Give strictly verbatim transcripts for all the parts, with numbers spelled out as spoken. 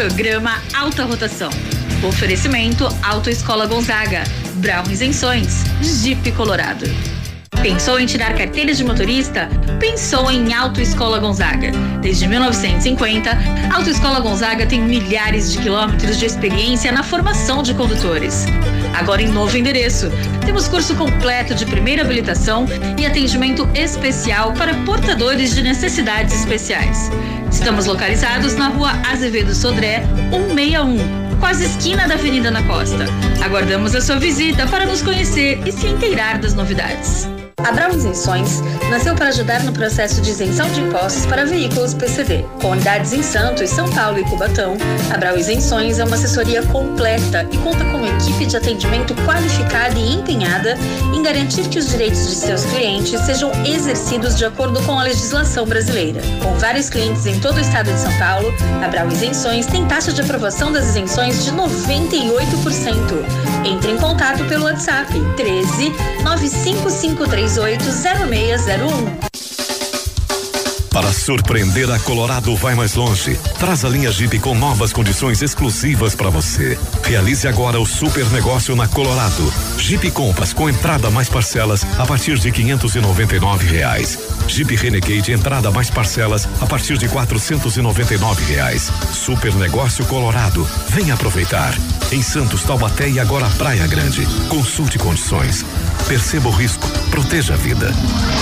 Programa Alta Rotação. Oferecimento Autoescola Gonzaga, Brown Isenções, Jeep Colorado. Pensou em tirar carteira de motorista? Pensou em Autoescola Gonzaga. Desde mil novecentos e cinquenta, a Autoescola Gonzaga tem milhares de quilômetros de experiência na formação de condutores. Agora em novo endereço, temos curso completo de primeira habilitação e atendimento especial para portadores de necessidades especiais. Estamos localizados na rua Azevedo Sodré, cento e sessenta e um, quase esquina da Avenida na Costa. Aguardamos a sua visita para nos conhecer e se inteirar das novidades. A Brown Isenções nasceu para ajudar no processo de isenção de impostos para veículos P C D. Com unidades em Santos, São Paulo e Cubatão, a Brown Isenções é uma assessoria completa e conta com uma equipe de atendimento qualificada e empenhada em garantir que os direitos de seus clientes sejam exercidos de acordo com a legislação brasileira. Com vários clientes em todo o estado de São Paulo, a Brown Isenções tem taxa de aprovação das isenções de noventa e oito por cento. Entre em contato pelo WhatsApp treze, nove cinco cinco três oito, zero seis zero um. Para surpreender a Colorado vai mais longe. Traz a linha Jeep com novas condições exclusivas para você. Realize agora o super negócio na Colorado. Jeep Compass com entrada mais parcelas a partir de quinhentos e noventa e nove reais. Jeep Renegade entrada mais parcelas a partir de quatrocentos e noventa e nove reais. Super negócio Colorado. Venha aproveitar. Em Santos, Taubaté e agora Praia Grande. Consulte condições. Perceba o risco. Proteja a vida.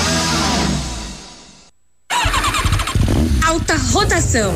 Alta Rotação.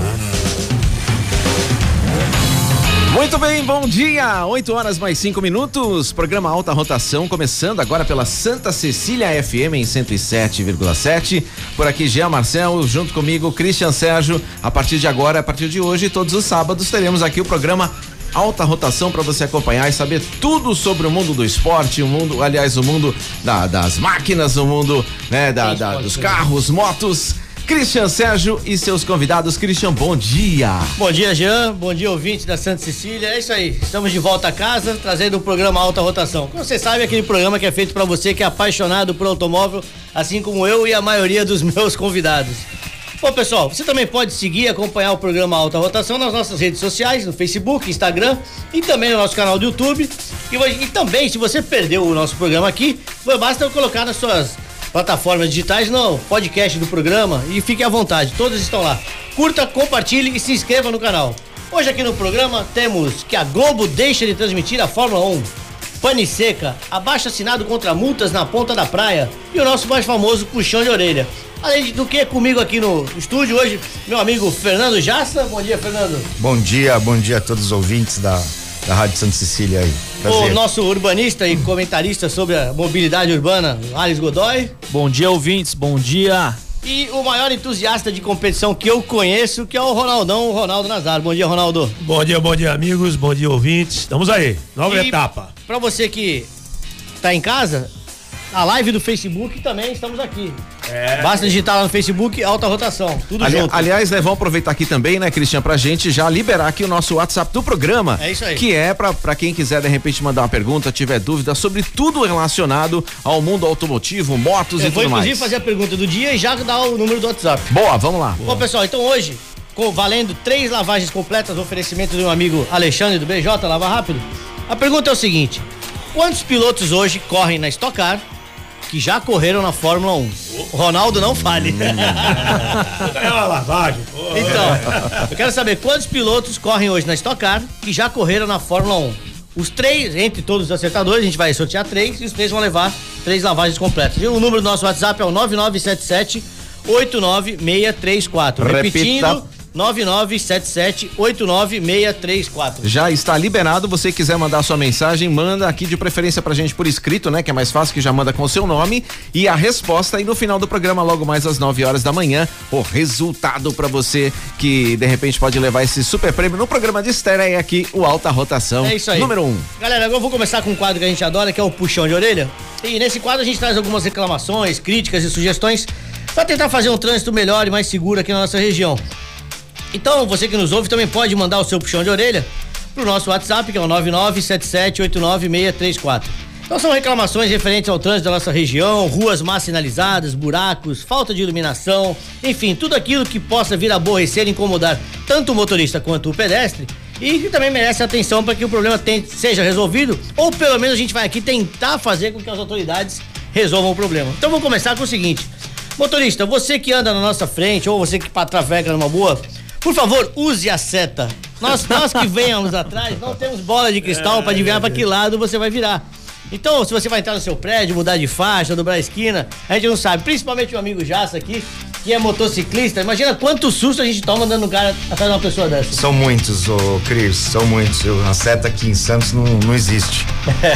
Muito bem, bom dia, oito horas mais cinco minutos, programa Alta Rotação começando agora pela Santa Cecília F M em cento e sete vírgula sete, por aqui Jean Marcel, junto comigo Christian Sérgio. A partir de agora, a partir de hoje, todos os sábados teremos aqui o programa Alta Rotação para você acompanhar e saber tudo sobre o mundo do esporte, o mundo, aliás, o mundo da, das máquinas, o mundo, né, da, da, dos carros, motos. Christian Sérgio e seus convidados. Christian, bom dia. Bom dia, Jean. Bom dia, ouvinte da Santa Cecília. É isso aí. Estamos de volta a casa, trazendo o programa Alta Rotação. Como você sabe, é aquele programa que é feito para você que é apaixonado por automóvel, assim como eu e a maioria dos meus convidados. Bom, pessoal, você também pode seguir e acompanhar o programa Alta Rotação nas nossas redes sociais, no Facebook, Instagram e também no nosso canal do YouTube. E, e também, se você perdeu o nosso programa aqui, basta colocar nas suas plataformas digitais no podcast do programa e fique à vontade, todos estão lá. Curta, compartilhe e se inscreva no canal. Hoje aqui no programa temos que a Globo deixa de transmitir a Fórmula um, pane seca, abaixo assinado contra multas na ponta da praia e o nosso mais famoso puxão de orelha. Além do que, comigo aqui no estúdio hoje, meu amigo Fernando Jassa. Bom dia, Fernando. Bom dia, bom dia a todos os ouvintes da, da Rádio Santa Cecília aí. Prazer. O nosso urbanista e comentarista sobre a mobilidade urbana, Alex Godoy. Bom dia, ouvintes, bom dia. E o maior entusiasta de competição que eu conheço, que é o Ronaldão, o Ronaldo Nazário. Bom dia, Ronaldo. Bom dia, bom dia, amigos, bom dia, ouvintes. Estamos aí, nova e etapa. Pra você que tá em casa, a live do Facebook também estamos aqui. É. Basta digitar lá no Facebook, Alta Rotação, tudo Ali, junto. Aliás, né, vamos aproveitar aqui também, né, Cristian, pra gente já liberar aqui o nosso WhatsApp do programa. É isso aí. Que é pra, pra quem quiser, de repente, mandar uma pergunta, tiver dúvida sobre tudo relacionado ao mundo automotivo, motos Eu e vou, tudo mais. inclusive, fazer a pergunta do dia e já dar o número do WhatsApp. Boa, vamos lá. Bom, pessoal, então hoje, com, valendo três lavagens completas, oferecimento do meu amigo Alexandre do B J, Lava Rápido. A pergunta é o seguinte: quantos pilotos hoje correm na Stock Car que já correram na Fórmula um? O Ronaldo não fale. É uma lavagem. Porra. Então, eu quero saber quantos pilotos correm hoje na Stock Car que já correram na Fórmula um. Os três, entre todos os acertadores, a gente vai sortear três e os três vão levar três lavagens completas. E o número do nosso WhatsApp é o nove nove sete sete oito nove seis três quatro. Repita. Repetindo, nove nove sete sete oito nove seis três quatro. Já está liberado, você quiser mandar sua mensagem, manda aqui de preferência pra gente por escrito, né? Que é mais fácil, que já manda com o seu nome e a resposta aí no final do programa, logo mais às nove horas da manhã, o resultado pra você que de repente pode levar esse super prêmio no programa de estreia aqui, o Alta Rotação. É isso aí. Número um. Galera, agora eu vou começar com um quadro que a gente adora, que é o Puxão de Orelha. E nesse quadro a gente traz algumas reclamações, críticas e sugestões pra tentar fazer um trânsito melhor e mais seguro aqui na nossa região. Então, você que nos ouve também pode mandar o seu puxão de orelha pro nosso WhatsApp, que é o nove nove sete sete oito nove seis três quatro. Então são reclamações referentes ao trânsito da nossa região, ruas mal sinalizadas, buracos, falta de iluminação, enfim, tudo aquilo que possa vir a aborrecer e incomodar tanto o motorista quanto o pedestre e que também merece atenção para que o problema tem, seja resolvido, ou pelo menos a gente vai aqui tentar fazer com que as autoridades resolvam o problema. Então vamos começar com o seguinte: motorista, você que anda na nossa frente ou você que trafega numa boa, por favor, use a seta. Nós, nós que venhamos atrás não temos bola de cristal para adivinhar para que lado você vai virar. Então, se você vai entrar no seu prédio, mudar de faixa, dobrar a esquina, a gente não sabe. Principalmente o amigo Jassa aqui, que é motociclista. Imagina quanto susto a gente toma andando no cara atrás de uma pessoa dessa. São muitos, ô Cris, são muitos. Eu, a seta aqui em Santos não, não existe.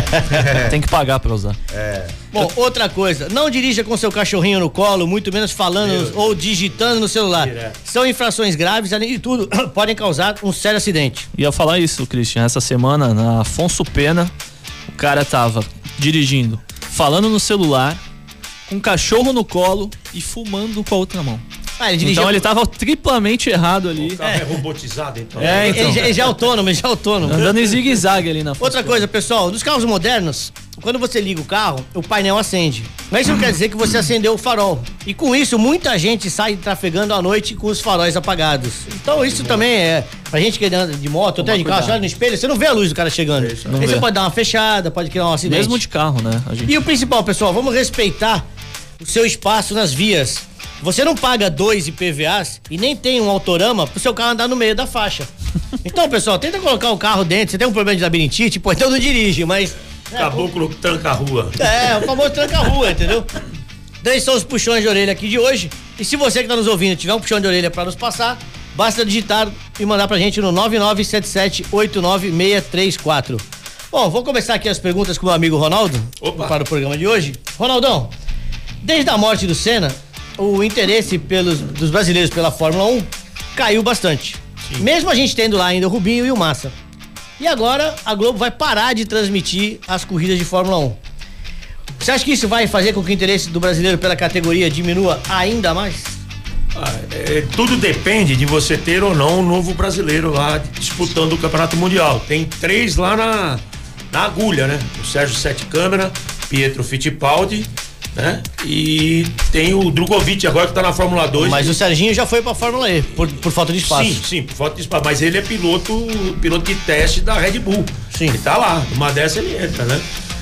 Tem que pagar pra usar. É. Bom, outra coisa, não dirija com seu cachorrinho no colo, muito menos falando Meu ou digitando no celular. Direto. São infrações graves, além de tudo, podem causar um sério acidente. Ia falar isso, Christian, essa semana na Afonso Pena, o cara tava dirigindo, falando no celular, com um cachorro no colo e fumando com a outra mão. Ah, ele dirigiu... Então ele tava triplamente errado ali. O carro é, é robotizado, então. É, então. Ele, já, ele já é autônomo, ele já é autônomo. Andando em zigue-zague ali na frente. Outra coisa, pessoal, dos carros modernos, quando você liga o carro, o painel acende. Mas isso não quer dizer que você acendeu o farol. E com isso, muita gente sai trafegando à noite com os faróis apagados. Então isso também é, pra gente que anda de moto, até de carro, você olha no espelho, você não vê a luz do cara chegando. Aí você pode dar uma fechada, pode criar um acidente. Mesmo de carro, né? A gente... E o principal, pessoal, vamos respeitar o seu espaço nas vias. Você não paga dois I P V As e nem tem um autorama pro seu carro andar no meio da faixa. Então, pessoal, tenta colocar o carro dentro. Você tem um problema de labirintite, pô, então não dirige, mas... Né, Caboclo tranca a rua. É, o famoso tranca a rua, entendeu? Então esses são os puxões de orelha aqui de hoje. E se você que tá nos ouvindo tiver um puxão de orelha pra nos passar, basta digitar e mandar pra gente no nove nove sete sete oito nove seis três quatro. Bom, vou começar aqui as perguntas com o meu amigo Ronaldo. Opa. Para o programa de hoje. Ronaldão, desde a morte do Senna, o interesse pelos, dos brasileiros pela Fórmula um caiu bastante. Sim. Mesmo a gente tendo lá ainda o Rubinho e o Massa. E agora a Globo vai parar de transmitir as corridas de Fórmula um. Você acha que isso vai fazer com que o interesse do brasileiro pela categoria diminua ainda mais? Ah, é, tudo depende de você ter ou não um novo brasileiro lá disputando o Campeonato Mundial. Tem três lá na, na agulha, né? O Sérgio Sete Câmara, Pietro Fittipaldi, né? E tem o Drogovic agora que tá na Fórmula dois. Mas e... o Serginho já foi pra Fórmula E, por, por falta de espaço. Sim, sim, por falta de espaço. Mas ele é piloto, piloto de teste da Red Bull. Sim. Ele tá lá, uma dessa ele entra, né?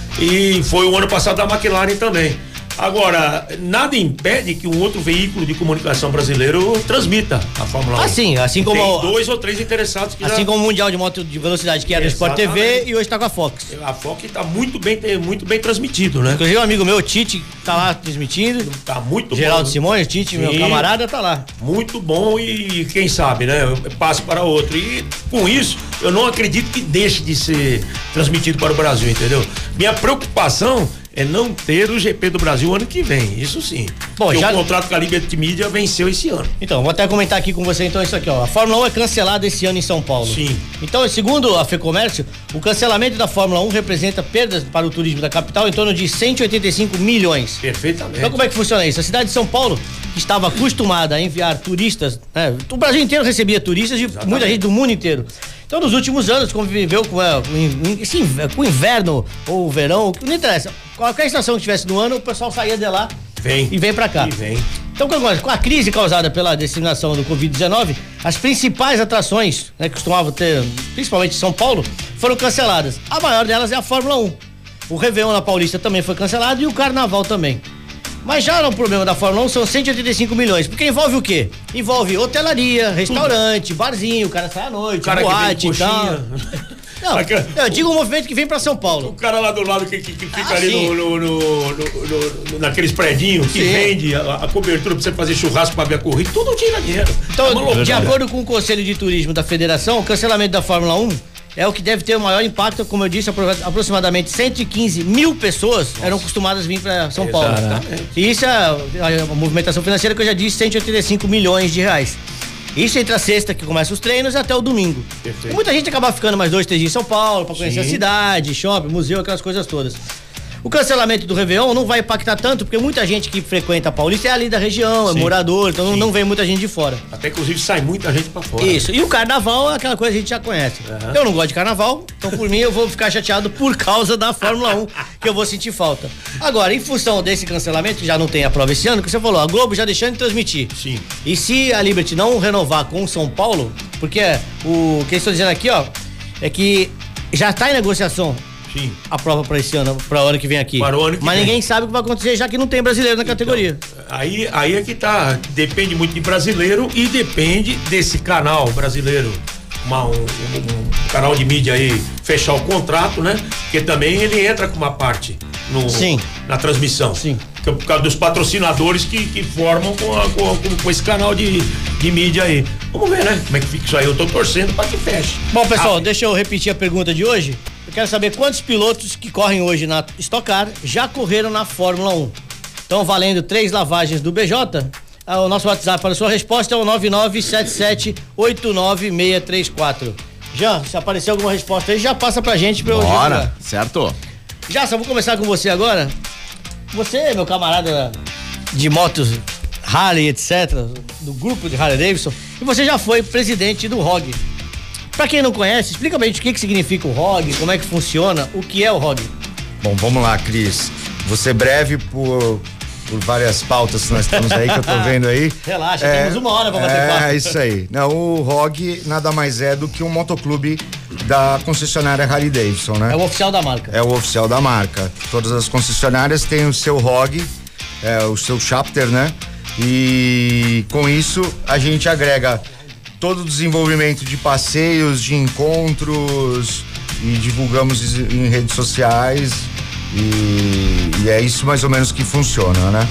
E foi o ano passado da McLaren também. Agora, nada impede que um outro veículo de comunicação brasileiro transmita a Fórmula um. Assim, assim como... Tem dois ou três interessados que Assim já... como o Mundial de Moto de Velocidade, que era o Sport T V e hoje tá com a Fox. A Fox tá muito bem, muito bem transmitido, né? Inclusive um amigo meu, o Tite, tá lá transmitindo. Tá muito Geraldo bom. Simões, Tite, sim, meu camarada, tá lá. Muito bom e quem sabe, né? Passo para outro. E com isso, eu não acredito que deixe de ser transmitido para o Brasil, entendeu? Minha preocupação é não ter o G P do Brasil ano que vem, isso sim. Bom, já... o contrato com a Liberty Media venceu esse ano. Então, vou até comentar aqui com você então isso aqui, ó. A Fórmula um é cancelada esse ano em São Paulo. Sim. Então, segundo a FEComércio, o cancelamento da Fórmula um representa perdas para o turismo da capital em torno de cento e oitenta e cinco milhões. Perfeitamente. Então, como é que funciona isso? A cidade de São Paulo, que estava acostumada a enviar turistas, né? O Brasil inteiro recebia turistas de Exatamente. Muita gente do mundo inteiro. Então, nos últimos anos, conviveu com, é, sim, com o inverno ou o verão, não interessa. Qualquer estação que tivesse no ano, o pessoal saía de lá vem. e vem pra cá. E vem. Então, com a crise causada pela disseminação do covid dezenove, as principais atrações, né, que costumavam ter, principalmente em São Paulo, foram canceladas. A maior delas é a Fórmula um. O Réveillon na Paulista também foi cancelado e o Carnaval também. Mas já no problema da Fórmula um são cento e oitenta e cinco milhões, porque envolve o quê? Envolve hotelaria, restaurante, tudo. Barzinho, o cara sai à noite, o cara boate e tal. Não, eu digo o movimento que vem pra São Paulo. O cara lá do lado que, que, que fica ah, ali no, no, no, no, no, naqueles predinhos que sim. vende a, a cobertura pra você fazer churrasco pra ver a corrida, tudo tira dinheiro. Então, é de acordo com o Conselho de Turismo da Federação, o cancelamento da Fórmula um é o que deve ter o maior impacto, como eu disse, aproximadamente cento e quinze mil pessoas Nossa. eram acostumadas a vir para São Paulo. Exatamente. E isso é a, a movimentação financeira que eu já disse, cento e oitenta e cinco milhões de reais. Isso entre a sexta, que começa os treinos, até o domingo. Perfeito. E muita gente acaba ficando mais dois, três dias em São Paulo, para conhecer Sim. a cidade, shopping, museu, aquelas coisas todas. O cancelamento do Réveillon não vai impactar tanto, porque muita gente que frequenta a Paulista é ali da região, Sim. é morador, então Sim. não vem muita gente de fora. Até inclusive sai muita gente pra fora. Isso, e o carnaval é aquela coisa que a gente já conhece. Uhum. Eu não gosto de carnaval, então por mim eu vou ficar chateado por causa da Fórmula um, que eu vou sentir falta. Agora, em função desse cancelamento, que já não tem a prova esse ano, que você falou, a Globo já deixando de transmitir. Sim. E se a Liberty não renovar com o São Paulo, porque o que eu estou dizendo aqui, ó, é que já tá em negociação Sim. a prova para esse ano, para o ano que vem aqui. Para o ano que Mas vem. ninguém sabe o que vai acontecer, já que não tem brasileiro na então, categoria. Aí, aí é que tá, depende muito de brasileiro e depende desse canal brasileiro, uma, um, um, um canal de mídia aí, fechar o contrato, né? Porque também ele entra com uma parte no, Sim. na transmissão. Sim. Por causa dos patrocinadores que, que formam com, a, com, com esse canal de, de mídia aí. Vamos ver, né? Como é que fica isso aí? Eu tô torcendo pra que feche. Bom, pessoal, ah, deixa eu repetir a pergunta de hoje. Eu quero saber quantos pilotos que correm hoje na Stock Car já correram na Fórmula um. Então, valendo três lavagens do B J, o nosso WhatsApp para a sua resposta é o nove nove sete sete oito nove seis três quatro. Jean, se aparecer alguma resposta aí, já passa pra gente pra eu Bora, jogar. certo? Já, só vou começar com você agora. Você, meu camarada de motos Harley, etcétera, do grupo de Harley Davidson, e você já foi presidente do R O G. Pra quem não conhece, explica pra gente o que, que significa o R O G, como é que funciona, o que é o R O G. Bom, vamos lá, Cris. Vou ser breve por, por várias pautas que nós temos aí, que eu tô vendo aí. Relaxa, é, temos uma hora pra bater papo. É, isso aí. Não, o R O G nada mais é do que um motoclube da concessionária Harley Davidson, né? É o oficial da marca. É o oficial da marca. Todas as concessionárias têm o seu R O G, é, o seu chapter, né? E com isso a gente agrega todo o desenvolvimento de passeios, de encontros e divulgamos em redes sociais e, e é isso mais ou menos que funciona, né?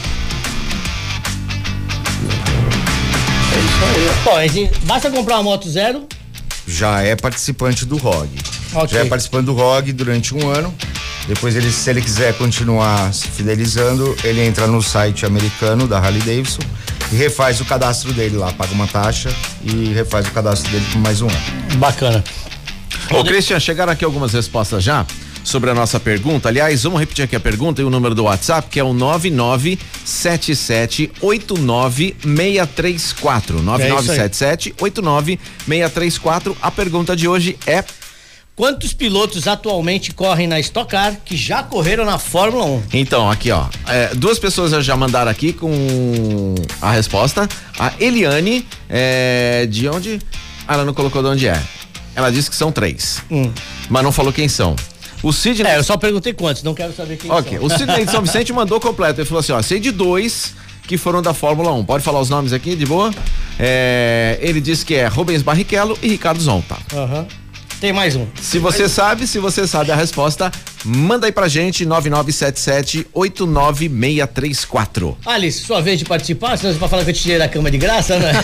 É isso aí. Bom, a gente, basta comprar uma moto zero. Já é participante do R O G. Okay. Já é participante do R O G durante um ano. Depois, ele, se ele quiser continuar se fidelizando, ele entra no site americano da Harley Davidson e refaz o cadastro dele lá, paga uma taxa e refaz o cadastro dele por mais um ano. Bacana. Ô, Christian, chegaram aqui algumas respostas já sobre a nossa pergunta. Aliás, vamos repetir aqui a pergunta e o número do WhatsApp, que é o nove nove sete sete oito nove seis três quatro. nove nove sete sete oito nove seis três quatro. A pergunta de hoje é: quantos pilotos atualmente correm na Stock Car que já correram na Fórmula um? Então, aqui ó, é, duas pessoas já mandaram aqui com a resposta. A Eliane, é, de onde? Ah, ela não colocou de onde é. Ela disse que são três, hum. mas não falou quem são. O Sidney... É, eu só perguntei quantos, não quero saber quem okay. são. O Sidney de São Vicente mandou completo, ele falou assim, ó, sei de dois que foram da Fórmula um, pode falar os nomes aqui, de boa? É, ele disse que é Rubens Barrichello e Ricardo Zonta. Aham. Uhum. Tem mais um. Se você sabe, se você sabe a resposta, manda aí pra gente, nove nove sete sete oito nove seis três quatro. Alice, sua vez de participar, senão você vai falar que eu te tirei da cama de graça, né?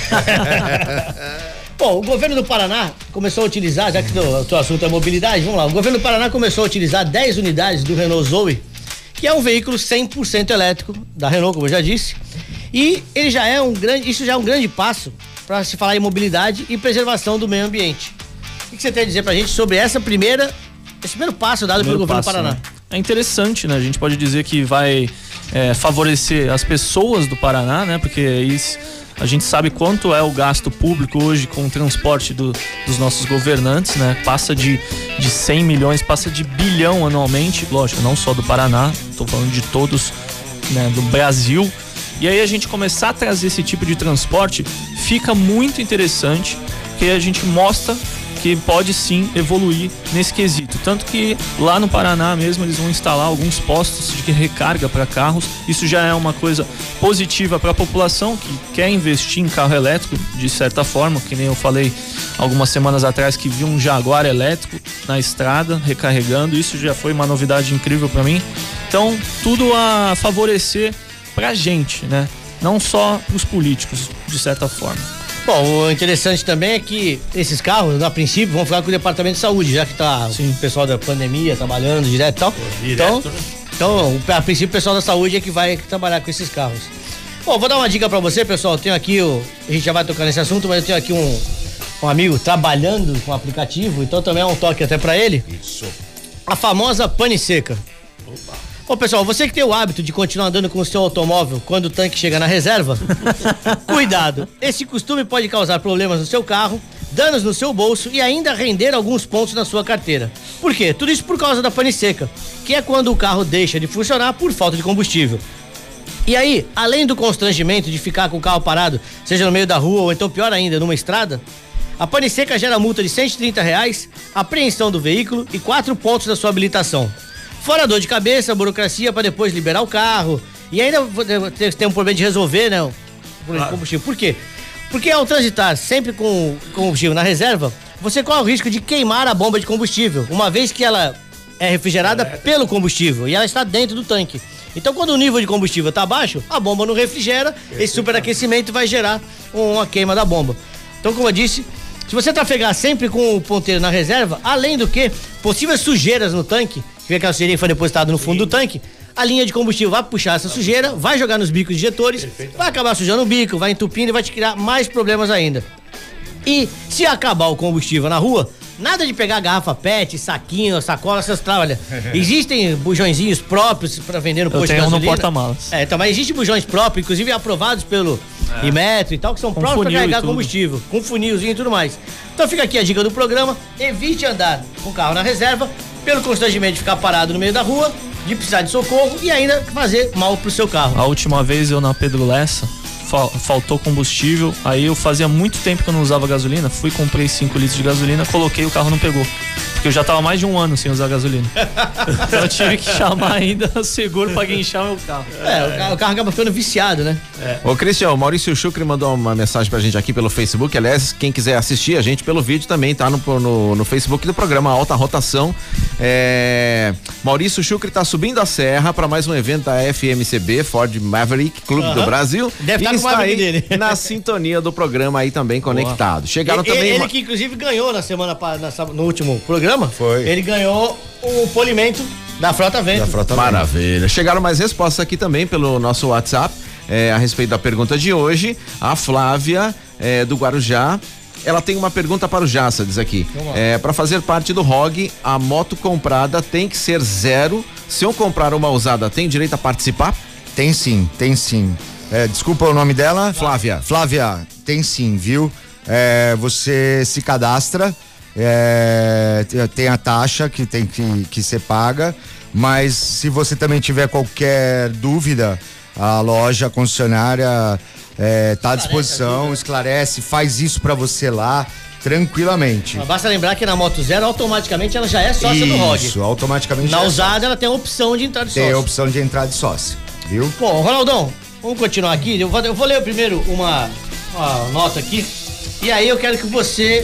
Bom, o governo do Paraná começou a utilizar, já que o teu assunto é mobilidade, vamos lá, o governo do Paraná começou a utilizar dez unidades do Renault Zoe, que é um veículo cem por cento elétrico da Renault, como eu já disse, e ele já é um grande, isso já é um grande passo para se falar em mobilidade e preservação do meio ambiente. O que você tem a dizer pra gente sobre essa primeira, esse primeiro passo dado primeiro pelo governo passo, do Paraná? Né? É interessante, né? A gente pode dizer que vai é, favorecer as pessoas do Paraná, né? Porque isso, a gente sabe quanto é o gasto público hoje com o transporte do, dos nossos governantes, né? Passa de, de cem milhões, passa de bilhão anualmente, lógico, não só do Paraná, tô falando de todos, né, do Brasil. E aí a gente começar a trazer esse tipo de transporte fica muito interessante, porque a gente mostra que pode sim evoluir nesse quesito. Tanto que lá no Paraná mesmo eles vão instalar alguns postos de recarga para carros. Isso já é uma coisa positiva para a população que quer investir em carro elétrico, de certa forma, que nem eu falei algumas semanas atrás que vi um Jaguar elétrico na estrada recarregando. Isso já foi uma novidade incrível para mim. Então, tudo a favorecer pra gente, né? Não só os políticos, de certa forma. Bom, o interessante também é que esses carros, a princípio, vão ficar com o departamento de saúde, já que tá Sim. o pessoal da pandemia trabalhando direto e tal. Direto, então, né? então, a princípio, o pessoal da saúde é que vai trabalhar com esses carros. Bom, vou dar uma dica pra você, pessoal. Eu tenho aqui, o, a gente já vai tocar nesse assunto, mas eu tenho aqui um, um amigo trabalhando com o aplicativo, então também é um toque até pra ele. Isso. A famosa pane seca. Opa. Ô pessoal, você que tem o hábito de continuar andando com o seu automóvel quando o tanque chega na reserva, cuidado, esse costume pode causar problemas no seu carro, danos no seu bolso e ainda render alguns pontos na sua carteira. Por quê? Tudo isso por causa da pane seca, que é quando o carro deixa de funcionar por falta de combustível. E aí, além do constrangimento de ficar com o carro parado, seja no meio da rua ou então pior ainda, numa estrada, a pane seca gera multa de cento e trinta reais, apreensão do veículo e quatro pontos da sua habilitação. Fora dor de cabeça, burocracia para depois liberar o carro. E ainda tem um problema de resolver, né? O combustível. Por quê? Porque ao transitar sempre com combustível na reserva, você corre o risco de queimar a bomba de combustível, uma vez que ela é refrigerada pelo combustível e ela está dentro do tanque. Então, quando o nível de combustível está baixo, a bomba não refrigera, esse superaquecimento vai gerar uma queima da bomba. Então, como eu disse, se você trafegar sempre com o ponteiro na reserva, além do que possíveis sujeiras no tanque, que aquela sujeirinha foi depositada no fundo do tanque, a linha de combustível vai puxar essa sujeira, vai jogar nos bicos injetores, vai acabar sujando o bico, vai entupindo e vai te criar mais problemas ainda. E se acabar o combustível na rua, nada de pegar garrafa pet, saquinho, sacola, essas travas. Existem bujõezinhos próprios para vender no posto de gasolina. Eu tenho um no porta-malas. É, então, mas existem bujões próprios, inclusive aprovados pelo é. Imetro e tal, que são com próprios para carregar combustível, com funilzinho e tudo mais. Então fica aqui a dica do programa, evite andar com o carro na reserva, pelo constrangimento de ficar parado no meio da rua, de precisar de socorro e ainda fazer mal pro seu carro. A última vez eu na Pedro Lessa, fal- faltou combustível, aí eu fazia muito tempo que eu não usava gasolina, fui, comprei cinco litros de gasolina, coloquei, o carro não pegou. Porque eu já tava mais de um ano sem usar gasolina. Então eu tive que chamar ainda o seguro pra guinchar meu carro. É, o carro, o carro acaba ficando viciado, né? É. Ô, Cristian, o Maurício Chucre mandou uma mensagem pra gente aqui pelo Facebook. Aliás, quem quiser assistir a gente pelo vídeo também tá no, no, no Facebook do programa Alta Rotação. É, Maurício Chucre tá subindo a serra pra mais um evento da F M C B, Ford Maverick Clube uhum. do Brasil. Deve estar e com está aí dele. na sintonia do programa aí também conectado. Chegaram ele, também. Ele uma... que inclusive ganhou na semana, na, no último programa. Foi. Ele ganhou o polimento da Frota Vento. Da Frota Maravilha. Vento. Chegaram mais respostas aqui também pelo nosso WhatsApp é, a respeito da pergunta de hoje. A Flávia é, do Guarujá. Ela tem uma pergunta para o Jassa, diz aqui. É, para fazer parte do R O G, a moto comprada tem que ser zero. Se eu comprar uma usada, tem direito a participar? Tem sim, tem sim. É, desculpa o nome dela? Flávia. Flávia, tem sim, viu? É, você se cadastra. É, tem a taxa que tem que, que ser paga, mas se você também tiver qualquer dúvida, a loja, a concessionária está à disposição, esclarece, faz isso para você lá tranquilamente. Mas basta lembrar que na Moto Zero automaticamente ela já é sócia isso, do R O G. Isso, automaticamente. Na usada é ela tem a opção de entrar de sócio. Tem a opção de entrar de sócio, viu? Bom, Ronaldão, vamos continuar aqui. Eu vou, eu vou ler primeiro uma, uma nota aqui e aí eu quero que você...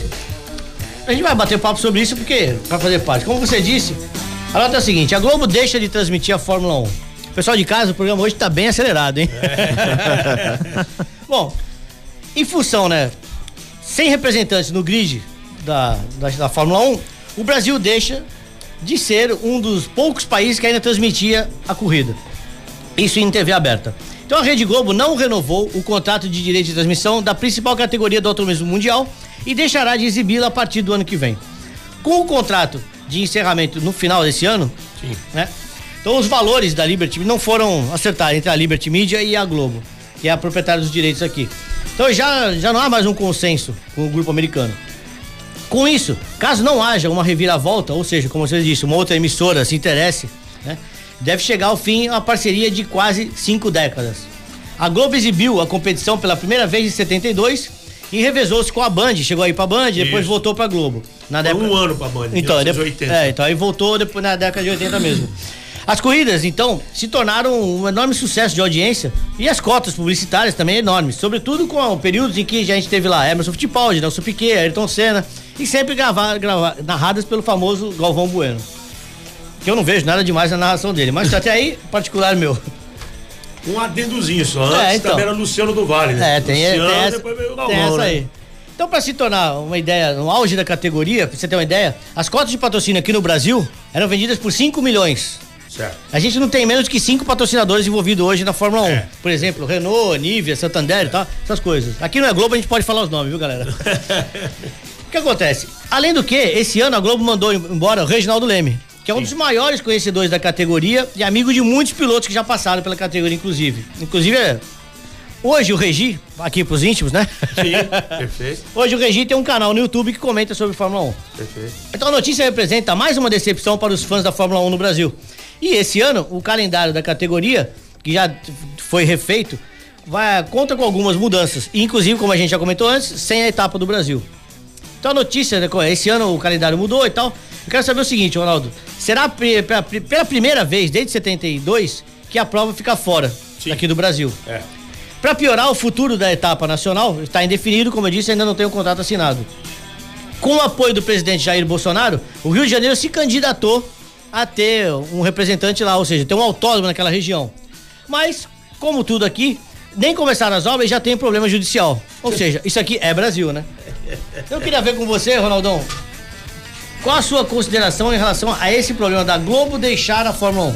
A gente vai bater papo sobre isso porque vai fazer parte. Como você disse, a nota é a seguinte: a Globo deixa de transmitir a Fórmula um. Pessoal de casa, o programa hoje tá bem acelerado, hein? É. Bom, em função, né? Sem representantes no grid da, da, da Fórmula um, o Brasil deixa de ser um dos poucos países que ainda transmitia a corrida. Isso em T V aberta. Então a Rede Globo não renovou o contrato de direito de transmissão da principal categoria do automobilismo mundial e deixará de exibi-la a partir do ano que vem. Com o contrato de encerramento no final desse ano, Sim. né? Então os valores da Liberty não foram acertados entre a Liberty Media e a Globo, que é a proprietária dos direitos aqui. Então já, já não há mais um consenso com o grupo americano. Com isso, caso não haja uma reviravolta, ou seja, como você disse, uma outra emissora se interesse, né? Deve chegar ao fim uma parceria de quase cinco décadas. A Globo exibiu a competição pela primeira vez em setenta e dois e revezou-se com a Band, chegou aí pra Band, depois Isso. voltou pra Globo. Na Foi década... um ano pra Band, então, depois, oitenta. É, então aí voltou depois na década de oitenta mesmo. As corridas, então, se tornaram um enorme sucesso de audiência e as cotas publicitárias também enormes, sobretudo com períodos em que a gente teve lá Emerson Fittipaldi, Nelson Piquet, Ayrton Senna, e sempre gravar, gravar, narradas pelo famoso Galvão Bueno. Que eu não vejo nada demais na narração dele, mas até aí, particular meu. Um adendozinho só, antes é, então. também era Luciano do Vale, né? É, tem, Luciano, tem essa, depois veio o Galvão, tem essa né? aí. Então, para se tornar uma ideia, no auge da categoria, pra você ter uma ideia, as cotas de patrocínio aqui no Brasil eram vendidas por cinco milhões. Certo. A gente não tem menos que cinco patrocinadores envolvidos hoje na Fórmula um. É. Por exemplo, Renault, Nivea, Santander é. e tal, essas coisas. Aqui no É Globo a gente pode falar os nomes, viu, galera? O que acontece? Além do que, esse ano a Globo mandou embora o Reginaldo Leme, que é um Sim. dos maiores conhecedores da categoria e amigo de muitos pilotos que já passaram pela categoria, inclusive. Inclusive, hoje o Regi, aqui pros íntimos, né? Sim, perfeito. Hoje o Regi tem um canal no YouTube que comenta sobre Fórmula um. Perfeito. Então a notícia representa mais uma decepção para os fãs da Fórmula um no Brasil. E esse ano, o calendário da categoria, que já foi refeito, vai conta com algumas mudanças, inclusive, como a gente já comentou antes, sem a etapa do Brasil. Então a notícia, né, esse ano o calendário mudou e tal. Eu quero saber o seguinte, Ronaldo, será pela, pela primeira vez desde setenta e dois que a prova fica fora Sim. aqui do Brasil? É. Para piorar, o futuro da etapa nacional está indefinido, como eu disse, ainda não tem um contrato assinado. Com o apoio do presidente Jair Bolsonaro, o Rio de Janeiro se candidatou a ter um representante lá, ou seja, ter um autódromo naquela região. Mas, como tudo aqui, nem começaram as obras e já tem problema judicial. Ou seja, isso aqui é Brasil, né? Eu queria ver com você, Ronaldão, qual a sua consideração em relação a esse problema da Globo deixar a Fórmula um?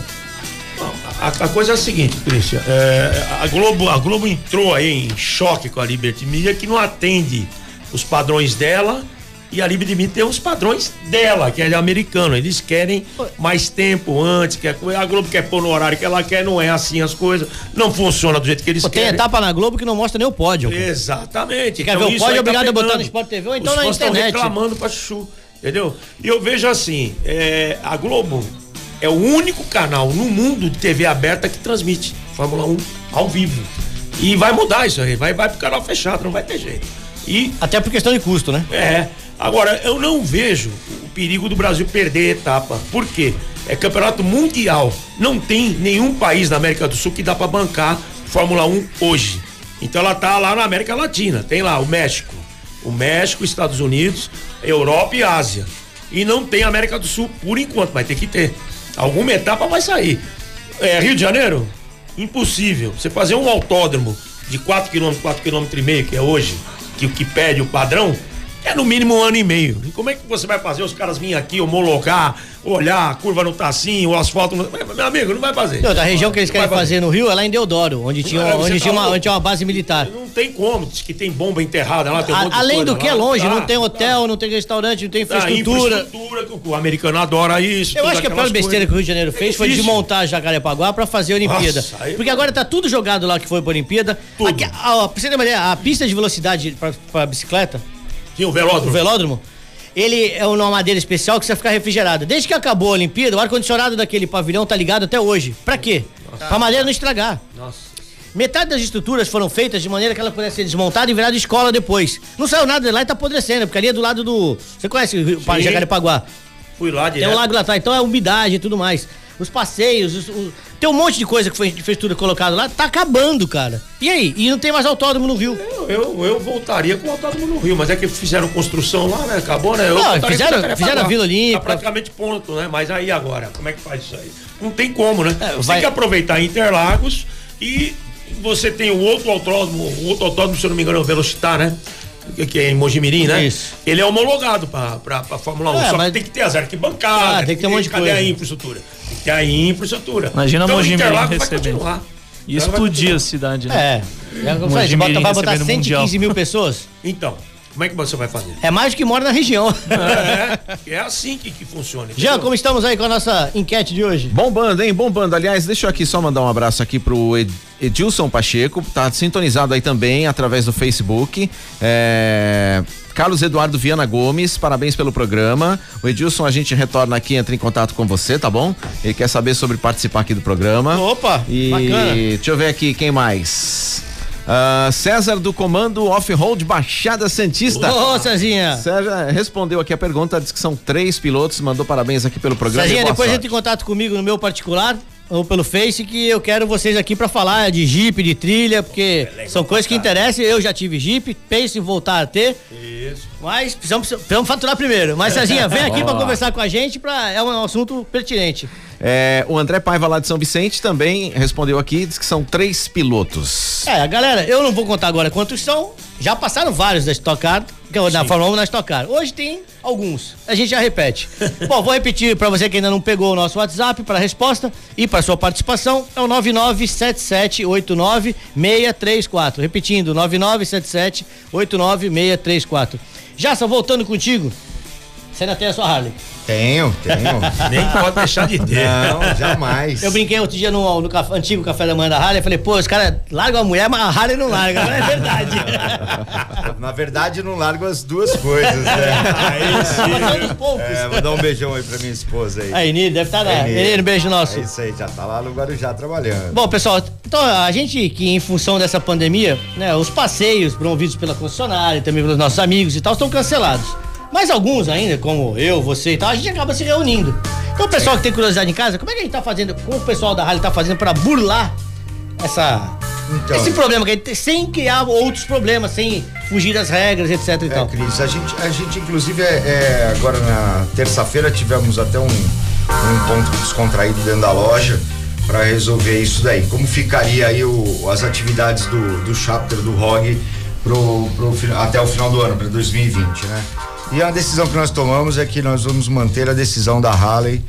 A, a coisa é a seguinte, Cristian, é, a, Globo, a Globo entrou aí em choque com a Liberty Media, que não atende os padrões dela, e a Liberty Media tem os padrões dela, que é americano. Eles querem mais tempo antes, quer, a Globo quer pôr no horário que ela quer, não é assim as coisas, não funciona do jeito que eles Pô, querem. Tem etapa na Globo que não mostra nem o pódio. Exatamente. Quer então, ver o pódio é obrigado tá a botar no Sport T V ou então os na internet. Estão reclamando pra chuchu, entendeu? E eu vejo assim, é, a Globo é o único canal no mundo de T V aberta que transmite Fórmula um ao vivo. E vai mudar isso aí, vai, vai pro canal fechado, não vai ter jeito. E, até por questão de custo, né? É. Agora, eu não vejo o perigo do Brasil perder etapa. Por quê? É campeonato mundial. Não tem nenhum país da América do Sul que dá pra bancar Fórmula um hoje. Então ela tá lá na América Latina. Tem lá o México. O México, Estados Unidos, Europa e Ásia. E não tem América do Sul por enquanto, vai ter que ter. Alguma etapa vai sair. É, Rio de Janeiro? Impossível. Você fazer um autódromo de quatro quilômetros, quatro quilômetros e meio, que é hoje, que o que pede o padrão, é no mínimo um ano e meio. E como é que você vai fazer os caras virem aqui, homologar, olhar, a curva não tá assim, o asfalto não... Meu amigo, não vai fazer. Não, da região que eles querem fazer. fazer no Rio é lá em Deodoro, onde tinha, é, onde, tinha tá uma, onde tinha uma base militar. Não tem como, diz que tem bomba enterrada lá, tem um monte de além do que lá. É longe, tá, não tem hotel, tá. Não tem restaurante, não tem infraestrutura. Tá, infraestrutura, o americano adora isso. Eu acho que a pior besteira coisas. que o Rio de Janeiro fez é foi desmontar Jacarepaguá pra fazer a Olimpíada. Nossa, aí... Porque agora tá tudo jogado lá que foi pra Olimpíada. Aqui, a, a, pra você ter uma ideia, a pista de velocidade pra, pra bicicleta, Sim, o velódromo. O velódromo, ele é uma madeira especial que precisa ficar refrigerada. Desde que acabou a Olimpíada, o ar-condicionado daquele pavilhão tá ligado até hoje. Pra quê? Nossa. Pra madeira não estragar. Nossa. Metade das estruturas foram feitas de maneira que ela pudesse ser desmontada e virada escola depois. Não saiu nada de lá e tá apodrecendo, porque ali é do lado do... Você conhece o Jacarepaguá? Fui lá direto. Tem um lago lá atrás, então é umidade e tudo mais. Os passeios, os, os... tem um monte de coisa que foi infraestrutura colocada lá, tá acabando, cara. E aí? E não tem mais autódromo no Rio. Eu, eu, eu voltaria com o autódromo no Rio, mas é que fizeram construção lá, né? Acabou, né? Eu não, fizeram, fizeram a Vila Olímpica. Tá praticamente ponto, né? Mas aí agora, como é que faz isso aí? Não tem como, né? É, você vai... tem que aproveitar Interlagos e você tem o outro autódromo, o outro autódromo, se eu não me engano, é o Velocitar, né? Que é em Mojimirim, né? Isso. Ele é homologado pra, pra, pra Fórmula um, é, só mas... que tem que ter as arquibancadas, ah, tem que ter um monte de cadê coisa. a infraestrutura? Tem que ter a infraestrutura. Imagina então, Mojimirim recebendo. E explodir a cidade, né? É. é como falei, vai botar cento e quinze mil pessoas? Então, como é que você vai fazer? É mais do que mora na região. É, é assim que, que funciona. Jean, como estamos aí com a nossa enquete de hoje? Bombando, hein? Bombando. Aliás, deixa eu aqui só mandar um abraço aqui pro Edilson Pacheco, tá sintonizado aí também através do Facebook. É... Carlos Eduardo Viana Gomes, parabéns pelo programa. O Edilson, a gente retorna aqui, entra em contato com você, tá bom? Ele quer saber sobre participar aqui do programa. Opa, e bacana. Deixa eu ver aqui, quem mais? Uh, César do Comando Off-Road Baixada Santista. Ô, Cezinha. César respondeu aqui a pergunta, disse que são três pilotos, mandou parabéns aqui pelo programa. Cezinha, depois sorte. Entra em contato comigo no meu particular ou pelo Face, que eu quero vocês aqui pra falar de Jeep, de trilha, porque é são coisas que interessam. Eu já tive Jeep, penso em voltar a ter. Isso. Mas precisamos, precisamos faturar primeiro. Mas, Cezinha, vem aqui pra conversar com a gente, pra, é um assunto pertinente. É, o André Paiva lá de São Vicente também respondeu aqui, diz que são três pilotos. É, galera, eu não vou contar agora quantos são, já passaram vários da Stock Car, da Fórmula um na Stock Car. Hoje tem alguns, a gente já repete. Bom, vou repetir para você que ainda não pegou o nosso WhatsApp para resposta e para sua participação, é o nove nove sete sete oito nove seis três quatro. Repetindo, nove nove sete sete oito nove seis três quatro. Jaça, voltando contigo, Você ainda tem a sua Harley? Tenho, tenho. Nem pode deixar de ter. Não, jamais. Eu brinquei outro dia no, no café, antigo café da manhã da Harley, falei, pô, os caras largam a mulher, mas a Harley não larga, não é verdade. Na verdade, não largo as duas coisas, né? Aí sim. É, vou dar um beijão aí pra minha esposa aí. Aí, Nini, deve estar lá. Nini, um beijo nosso. É isso aí, já tá lá no Guarujá trabalhando. Bom, pessoal, então a gente que em função dessa pandemia, né, os passeios promovidos pela concessionária e também pelos nossos amigos e tal, estão cancelados. Mas alguns ainda, como eu, você e tal, a gente acaba se reunindo. Então o pessoal que tem curiosidade em casa, como é que a gente tá fazendo, como o pessoal da Harley tá fazendo pra burlar essa, então, esse problema que a gente tem, sem criar outros problemas, sem fugir das regras, etc e é, tal. Cris, a gente, a gente inclusive, é, é, agora na terça-feira tivemos até um, um encontro descontraído dentro da loja para resolver isso daí. Como ficaria aí o, as atividades do, do chapter do R O G pro, pro, até o final do ano, para dois mil e vinte, né? E a decisão que nós tomamos é que nós vamos manter a decisão da Harley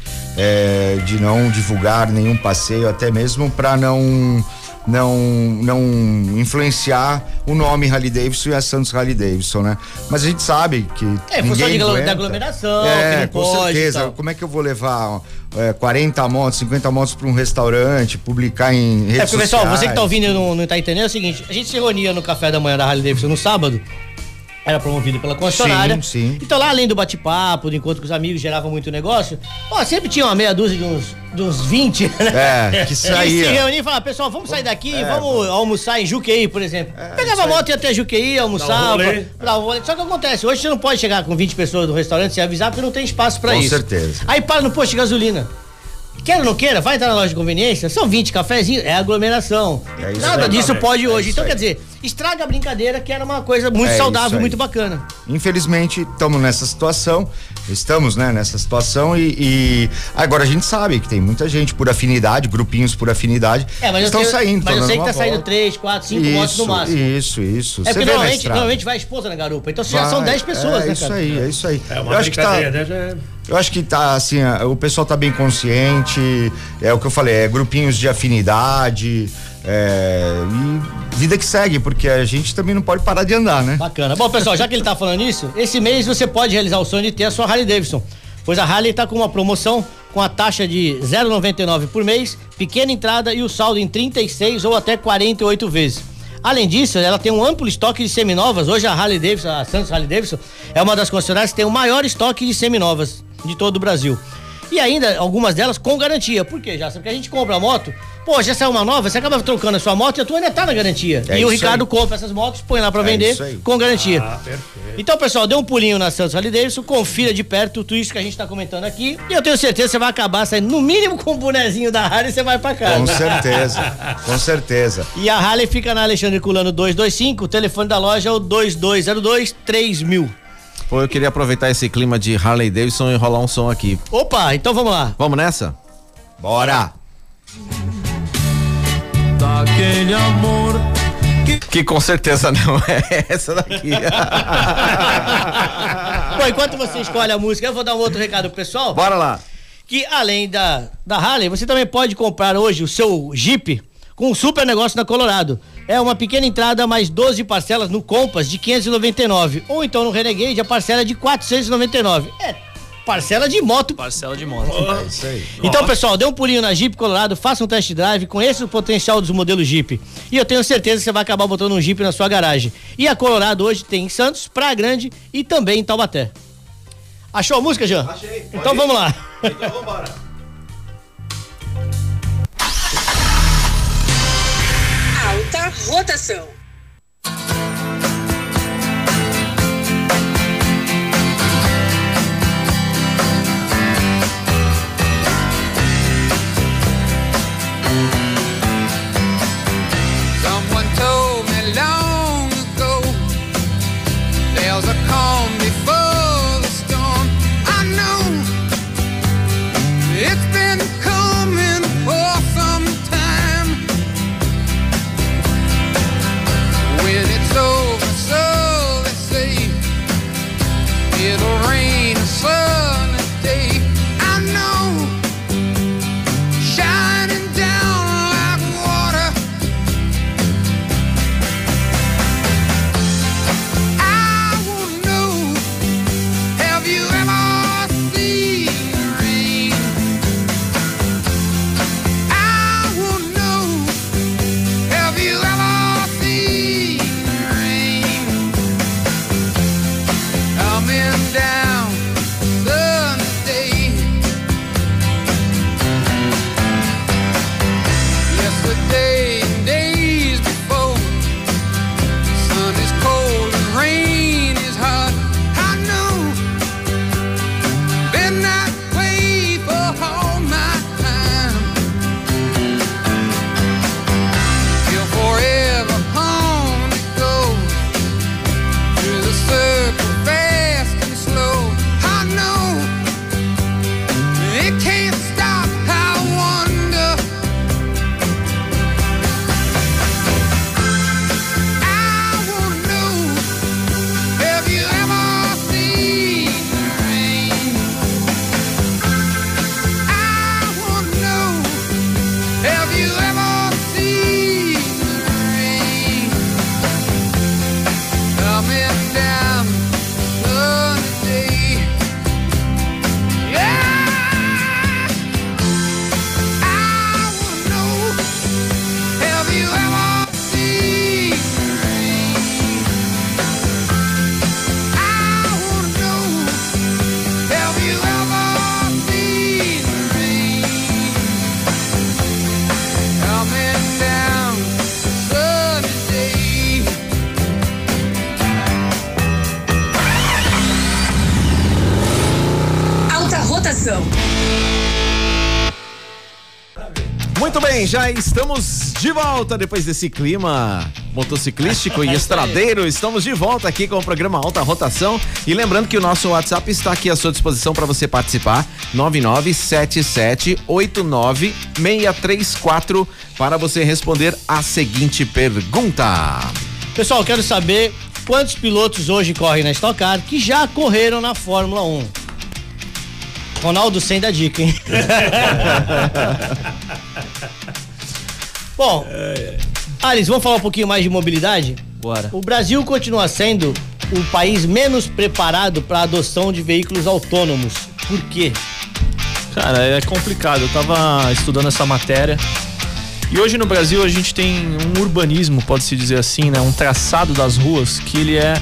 é, de não divulgar nenhum passeio, até mesmo para não não não influenciar o nome Harley Davidson e a Santos Harley Davidson, né? Mas a gente sabe que é função de aguenta. Da aglomeração, é, que não com pode, certeza. Tal. Como é que eu vou levar é, quarenta motos, cinquenta motos para um restaurante, publicar em redes é, porque, pessoal, sociais? você que tá ouvindo e não, não tá entendendo é o seguinte, a gente se reunia no café da manhã da Harley Davidson no sábado. Era promovido pela concessionária. Sim, sim. Então lá, além do bate-papo, do encontro com os amigos, gerava muito negócio. Ó, sempre tinha uma meia dúzia de uns, de uns vinte, né? É, que saía. E se reunia e falava, pessoal, vamos sair daqui, é, vamos, vamos almoçar em Juqueí, por exemplo. É, Pegava a moto e ia até Juqueí, almoçava. Dá um rolê. Só que acontece, hoje você não pode chegar com vinte pessoas no restaurante sem avisar, porque não tem espaço pra com isso. Com certeza. Aí para no posto de gasolina. Quer ou não queira, vai entrar na loja de conveniência, são vinte cafezinhos, é aglomeração. É Nada disso pode hoje. É então, quer dizer, estraga a brincadeira, que era uma coisa muito é saudável, muito bacana. Infelizmente, estamos nessa situação, estamos, né, nessa situação e, e agora a gente sabe que tem muita gente por afinidade, grupinhos por afinidade, é, mas estão eu, saindo. Mas eu sei que tá volta. saindo três, quatro, cinco isso, motos no máximo. Isso, isso. É porque normalmente, normalmente vai a esposa na garupa, então já vai, são dez pessoas, é, né, isso cara? aí, é isso aí. É uma eu acho que tá, né? Já... Eu acho que tá assim, o pessoal tá bem consciente, é o que eu falei, é grupinhos de afinidade, é, e vida que segue, porque a gente também não pode parar de andar, né? Bacana. Bom, pessoal, já que ele tá falando isso, esse mês você pode realizar o sonho de ter a sua Harley Davidson, pois a Harley tá com uma promoção com a taxa de zero vírgula noventa e nove por mês, pequena entrada e o saldo em trinta e seis ou até quarenta e oito vezes. Além disso, ela tem um amplo estoque de seminovas. Hoje a Harley Davidson, a Santos Harley Davidson, é uma das concessionárias que tem o maior estoque de seminovas de todo o Brasil. E ainda algumas delas com garantia. Por quê, Jaça? Porque a gente compra a moto, pô, já saiu uma nova, você acaba trocando a sua moto e a tua ainda tá na garantia. É e o Ricardo aí. compra essas motos, põe lá pra é vender com garantia. Ah, perfeito. Então, pessoal, dê um pulinho na Santos Harley Davidson, confira de perto tudo isso que a gente tá comentando aqui. E eu tenho certeza que você vai acabar saindo, no mínimo, com o bonezinho da Harley e você vai pra casa. Com certeza, com certeza. E a Harley fica na Alexandre Culano duzentos e vinte e cinco, o telefone da loja é o dois dois zero dois, três mil. Pô, eu queria aproveitar esse clima de Harley Davidson e rolar um som aqui. Opa, então vamos lá. Vamos nessa? Bora! Daquele amor que... que com certeza não é essa daqui. Bom, enquanto você escolhe a música, eu vou dar um outro recado pro pessoal. Bora lá. Que além da, da Harley, você também pode comprar hoje o seu Jeep com um super negócio na Colorado. É uma pequena entrada mais doze parcelas no Compass de quinhentos e noventa e nove. Ou então no Renegade a parcela de quatrocentos e noventa e nove. É parcela de moto. Parcela de moto. É isso aí. Então, pessoal, dê um pulinho na Jeep Colorado, faça um test drive, conheça o potencial dos modelos Jeep. E eu tenho certeza que você vai acabar botando um Jeep na sua garagem. E a Colorado hoje tem em Santos, Praia Grande e também em Taubaté. Achou a música, Jean? Achei. Então vamos lá. Então vambora. Alta rotação. Someone told me long ago there's a calm before the storm. I know it's been coming for some time. When it's over, so they say it'll rain a sunny day. I know, shining down like water. I wanna know, have you ever Muito bem, já estamos de volta depois desse clima motociclístico e estradeiro. Estamos de volta aqui com o programa Alta Rotação. E lembrando que o nosso WhatsApp está aqui à sua disposição para você participar. nove nove sete sete oito nove seis três quatro para você responder a seguinte pergunta. Pessoal, quero saber quantos pilotos hoje correm na Stock Car que já correram na Fórmula um. Ronaldo sem da dica, hein? Bom, Alice, vamos falar um pouquinho mais de mobilidade? Bora. O Brasil continua sendo o país menos preparado para a adoção de veículos autônomos. Por quê? Cara, é complicado. Eu tava estudando essa matéria. E hoje no Brasil a gente tem um urbanismo, pode-se dizer assim, né? Um traçado das ruas que ele é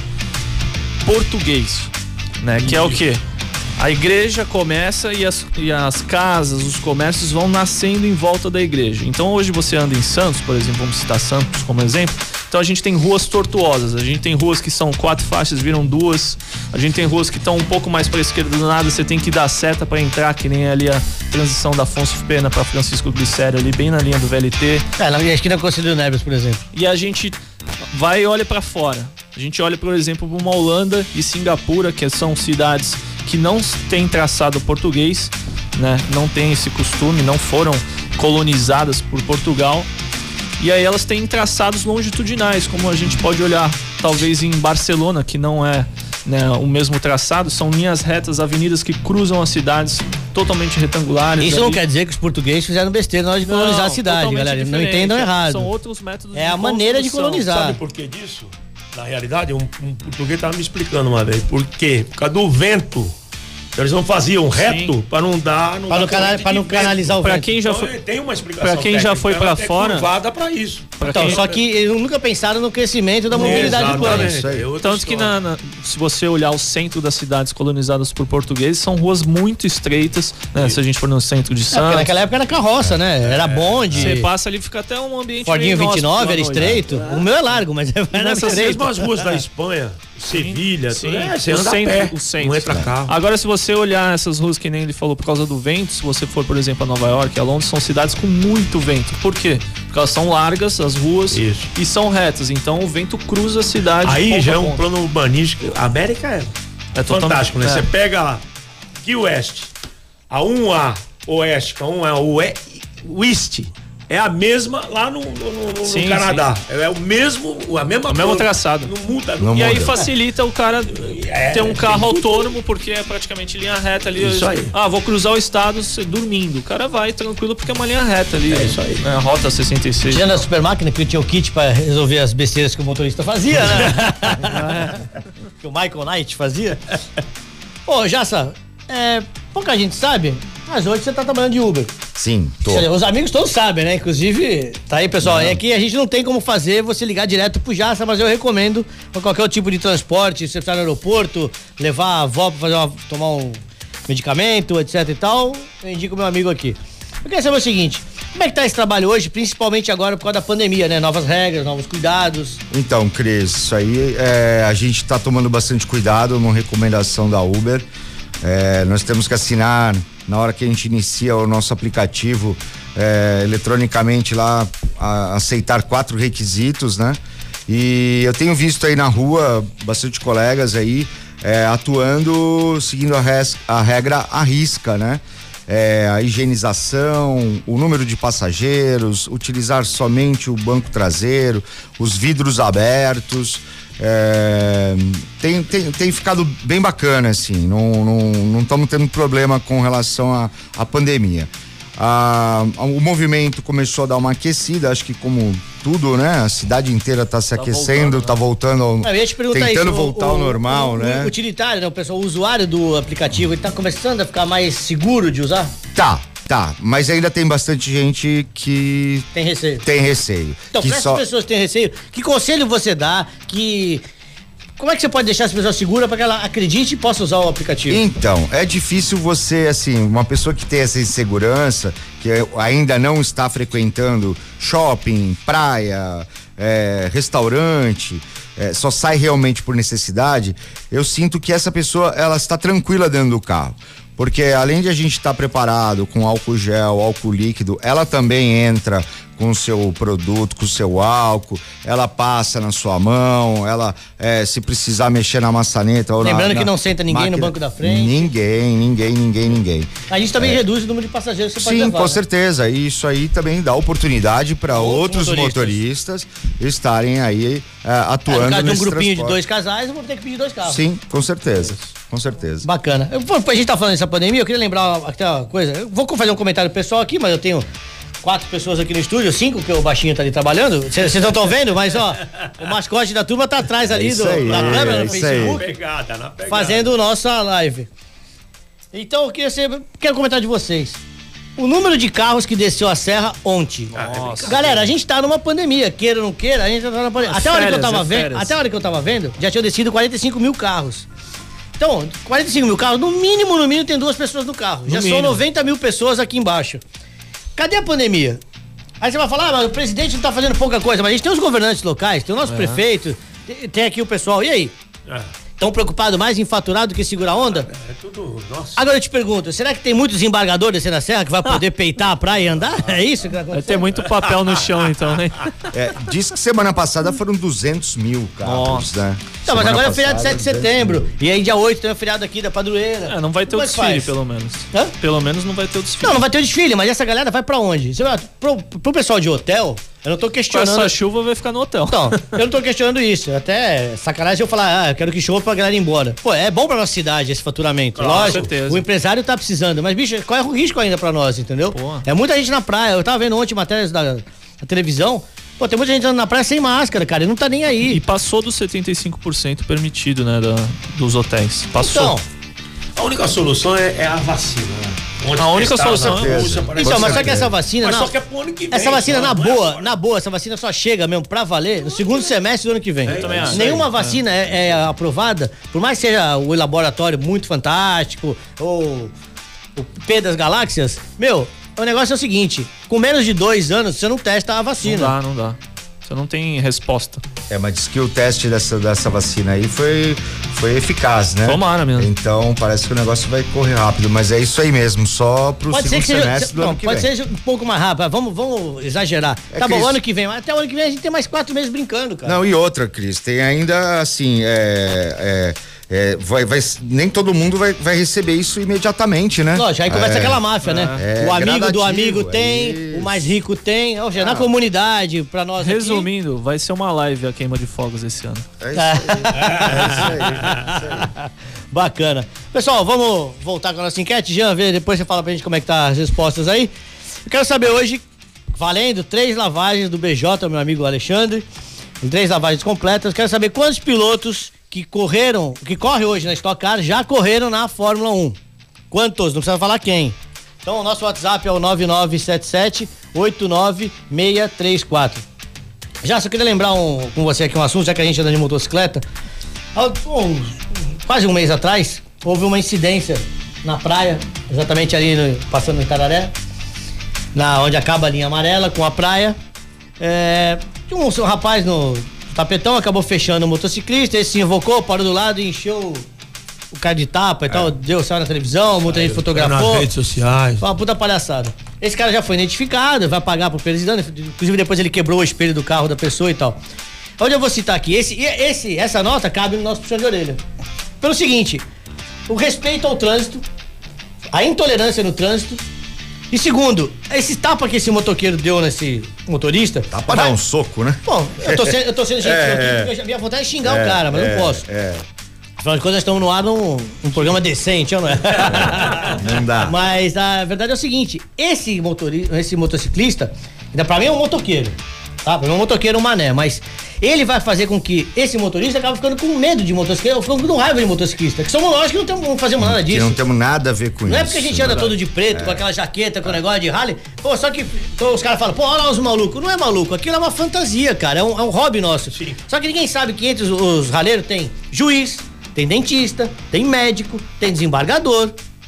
português, né? Que é o quê? A igreja começa e as, e as casas, os comércios vão nascendo em volta da igreja. Então hoje você anda em Santos, por exemplo, vamos citar Santos como exemplo. Então a gente tem ruas tortuosas, a gente tem ruas que são quatro faixas, viram duas. A gente tem ruas que estão um pouco mais para a esquerda do nada, você tem que dar seta para entrar, que nem ali a transição da Afonso Pena para Francisco Glicério, ali bem na linha do V L T. É, na esquina da Conselheiro Neves, por exemplo. E a gente vai e olha para fora. A gente olha, por exemplo, para uma Holanda e Singapura, que são cidades que não têm traçado português, né? Não tem esse costume, não foram colonizadas por Portugal. E aí elas têm traçados longitudinais, como a gente pode olhar talvez em Barcelona, que não é, né, o mesmo traçado, são linhas retas, avenidas que cruzam as cidades totalmente retangulares. Isso ali. Não quer dizer que os portugueses fizeram besteira na hora de Não, colonizar a cidade, galera. Não diferente. entendam errado. São outros métodos É de a maneira de construção. colonizar. Sabe por que disso? Na realidade, um, um português estava me explicando uma vez. Por quê? Por causa do vento. Eles não faziam reto para não dar. Para não, cana pra não canalizar o vento. Pra quem já então, foi, tem uma explicação. pra quem já foi para fora. Curvada para isso. Então, quem- só que eles nunca pensaram no crescimento da mobilidade urbana. Exatamente. É outra Tanto que história. na, na- se você olhar o centro das cidades colonizadas por portugueses, são ruas muito estreitas, né? Se a gente for no centro de É, porque Santos, naquela época era carroça, né? Era bonde. você passa ali, fica até um ambiente Fordinho meio vinte e inóspito nove era à noite. estreito. O meu é largo, mas era Nessas estreito. mesmas ruas da Espanha, Sevilha, Sim, é, você o anda centro, a pé, o centro. não entra carro. Agora, se você olhar essas ruas que nem ele falou por causa do vento, se você for, por exemplo, a Nova York, a Londres, são cidades com muito vento. Por quê? Porque elas são largas, as ruas, Isso. e são retas. Então o vento cruza a cidade. Aí ponta já a é um ponta. plano urbanístico. A América é, É totalmente- fantástico, né? é. Você pega lá, Key West, a um A Oeste, a um A West, é a mesma lá no, no, no, Sim, no Canadá. É o mesmo, a mesma O mesmo cor. traçado. Não muda. Não E aí muda. facilita o cara É, ter um carro tem tudo. autônomo, porque é praticamente linha reta ali. Isso aí. Ah, vou cruzar o estado cê- dormindo. O cara vai tranquilo porque é uma linha reta ali. É isso aí. É, rota sessenta e seis. Tirando a super máquina, que tinha o kit pra resolver as besteiras que o motorista fazia, né? que o Michael Knight fazia. Ô, Jassa, é, pouca gente sabe, mas hoje você tá trabalhando de Uber. Sim, tô. Quer dizer, os amigos todos sabem, né? Inclusive, tá aí, pessoal. É que a gente não tem como fazer você ligar direto pro Jassa, mas eu recomendo pra qualquer tipo de transporte, se você tá no aeroporto, levar a avó pra fazer uma, tomar um medicamento, etc e tal, eu indico o meu amigo aqui. Eu queria saber o seguinte, como é que tá esse trabalho hoje, principalmente agora por causa da pandemia, né? Novas regras, novos cuidados. Então, Cris, isso aí é, a gente está tomando bastante cuidado, uma recomendação da Uber. É, nós temos que assinar na hora que a gente inicia o nosso aplicativo é, eletronicamente lá, a, aceitar quatro requisitos, né? E eu tenho visto aí na rua bastante colegas aí é, atuando, seguindo a, res, a regra à risca, né? É, a higienização, o número de passageiros, utilizar somente o banco traseiro, os vidros abertos. É, tem, tem, tem ficado bem bacana, assim, não não não estamos tendo problema com relação à à pandemia. Ah, o movimento começou a dar uma aquecida, acho que como tudo, né? A cidade inteira está se aquecendo, está voltando, ao, Eu ia te perguntar tentando isso, voltar o, ao o, normal, o, né? O utilitário, né? O pessoal, o usuário do aplicativo, ele tá começando a ficar mais seguro de usar? Tá, tá, mas ainda tem bastante gente que Tem receio. tem receio. Então, que para essas pessoas que têm receio, que conselho você dá? Que como é que você pode deixar essa pessoa segura para que ela acredite e possa usar o aplicativo? Então, é difícil você, assim, uma pessoa que tem essa insegurança, que ainda não está frequentando shopping, praia, é, restaurante, é, só sai realmente por necessidade, eu sinto que essa pessoa, ela está tranquila dentro do carro. porque além de a gente estar tá preparado com álcool gel, álcool líquido, ela também entra com o seu produto, com o seu álcool, ela passa na sua mão, ela é, se precisar mexer na maçaneta ou Lembrando na, que na não senta ninguém máquina, no banco da frente. Ninguém, ninguém, ninguém, ninguém. A gente também é. reduz o número de passageiros que você pode Sim, levar. com né? certeza. E isso aí também dá oportunidade para outros motoristas. motoristas estarem aí é, atuando é, no caso de um nesse grupinho transporte. de dois casais, eu vou ter que pedir dois carros. Sim, com certeza. Com certeza. Bacana. Eu, a gente tá falando dessa pandemia, eu queria lembrar até uma coisa. Eu vou fazer um comentário pessoal aqui, mas eu tenho quatro pessoas aqui no estúdio, cinco, que o baixinho tá ali trabalhando. Vocês não estão vendo, mas ó, o mascote da turma tá atrás ali é do, aí, da câmera é no Facebook, pegada, na pegada. fazendo nossa live. Então eu queria ser, quero comentar de vocês. O número de carros que desceu a serra ontem. Nossa. Galera, a gente tá numa pandemia, queira ou não queira, a gente tá numa pandemia. Até a hora que eu tava é vendo, férias. até a hora que eu tava vendo, já tinham descido quarenta e cinco mil carros. Então, quarenta e cinco mil carros, no mínimo, no mínimo tem duas pessoas no carro. No já mínimo. são noventa mil pessoas aqui embaixo. Cadê a pandemia? Aí você vai falar, ah, mas o presidente não tá fazendo pouca coisa, mas a gente tem os governantes locais, tem o nosso É. prefeito, tem, tem aqui o pessoal, e aí? É, Estão preocupados mais em faturar do que segurar a onda? é tudo. Nossa. Agora eu te pergunto, será que tem muitos embargadores descendo a serra que vai poder peitar a praia e andar? É isso que vai Vai acontecer? ter muito papel no chão, então, né? É, diz que semana passada foram duzentos mil carros, Nossa. né? Não, mas Semana agora é feriado de passada, sete de setembro. E aí dia oito tem o feriado aqui da padroeira. É, não vai ter o Como é que desfile, faz? pelo menos. Hã? Pelo menos não vai ter o desfile. Não, não vai ter o desfile, mas essa galera vai pra onde? Você vai, pro, pro pessoal de hotel, eu não tô Com questionando. essa chuva vai ficar no hotel. Então, eu não tô questionando isso. Até sacanagem eu falar, ah, eu quero que chova pra galera ir embora. Pô, é bom pra nossa cidade esse faturamento. Claro, Lógico, com certeza. o empresário tá precisando. Mas, bicho, qual é o risco ainda pra nós, entendeu? Pô. É muita gente na praia. Eu tava vendo ontem matérias da, da televisão. Pô, tem muita gente andando na praia sem máscara, cara. E não tá nem aí. E passou dos setenta e cinco por cento permitido, né, da, dos hotéis. Passou. Então, A única solução é, é a vacina, né? Onde A única testaram solução na é- Rússia, parece então, que mas só é- que essa vacina. Mas não, só que é pro ano que vem. essa vacina, só, na não é boa, agora. na boa, essa vacina só chega mesmo pra valer no segundo semestre do ano que vem. Eu também acho. Nenhuma vacina é, é aprovada, por mais que seja o laboratório muito fantástico, ou o P das galáxias, meu, o negócio é o seguinte: com menos de dois anos, você não testa a Não vacina. dá, não dá. Você não tem resposta. É, mas diz que o teste dessa, dessa vacina aí foi, foi eficaz, né? Tomara mesmo. Então parece que o negócio vai correr rápido, mas é isso aí mesmo, só pro Pode ser segundo que seja, semestre do não, ano que pode vem. ser um pouco mais rápido. Vamos, vamos exagerar. É tá que bom, isso- ano que vem, mas até o ano que vem a gente tem mais quatro meses brincando, cara. Não, e outra, Cris, tem ainda assim, é, é, é, vai, vai, nem todo mundo vai, vai receber isso imediatamente, né? Lógico, aí começa É, aquela máfia, né? é, o amigo do gradativo, amigo é tem, isso. o mais rico tem. Ou seja, na Ah. comunidade, pra nós aqui- Resumindo, vai ser uma live a queima de fogos esse ano. É isso aí. É isso aí. É isso aí. Bacana. Pessoal, vamos voltar com a nossa enquete, Jean, ver, depois você fala pra gente como é que tá as respostas aí. Eu quero saber hoje, valendo três lavagens do B J, meu amigo Alexandre, três lavagens completas, quero saber quantos pilotos que correram, que corre hoje na Stock Car, já correram na Fórmula um. Quantos? Não precisa falar quem. Então o nosso WhatsApp é o nove nove sete sete oito nove seis três quatro. Já, só queria lembrar um, com você aqui um assunto, já que a gente anda de motocicleta. Há um- quase um mês atrás, houve uma incidência na praia, exatamente ali no- passando no Itararé, na, onde acaba a linha amarela com a praia. É, tinha um, um rapaz no tapetão, acabou fechando o motociclista, ele se invocou, parou do lado e encheu o cara de tapa e tal, deu, saiu na televisão, muita gente fotografou. Nas redes sociais. Foi uma puta palhaçada. Esse cara já foi identificado, vai pagar por perda de dano, inclusive depois ele quebrou o espelho do carro da pessoa e tal. Onde eu vou citar aqui, esse, esse, essa nota cabe no nosso puxão de orelha. Pelo seguinte, o respeito ao trânsito, a intolerância no trânsito, e segundo, esse tapa que esse motoqueiro deu nesse motorista... Dá pra vai- dar um soco, né? Bom, eu tô sendo, eu tô sendo gentil É, aqui, porque a minha vontade é xingar É, o cara, mas é, não posso. É, Afinal de contas, nós estamos no ar num, num programa decente, não é? não dá. Mas a verdade é o seguinte, esse motorista, esse motociclista, ainda pra mim é um motoqueiro, tá? Pra mim é um motoqueiro, um mané, mas ele vai fazer com que esse motorista acabe ficando com medo de motociclista, ficando com raiva de motociclista, que somos nós que não, temos, não fazemos nada Que disso. não temos nada a ver com Não isso. é porque a gente anda né? todo de preto, com aquela jaqueta, com o negócio de rally. Pô, só que então, os caras falam, pô, olha lá os malucos. Não é maluco, aquilo é uma fantasia, cara. É um, é um hobby nosso. Sim. Só que ninguém sabe que entre os, os raleiros tem juiz, tem dentista, tem médico, tem desembargador,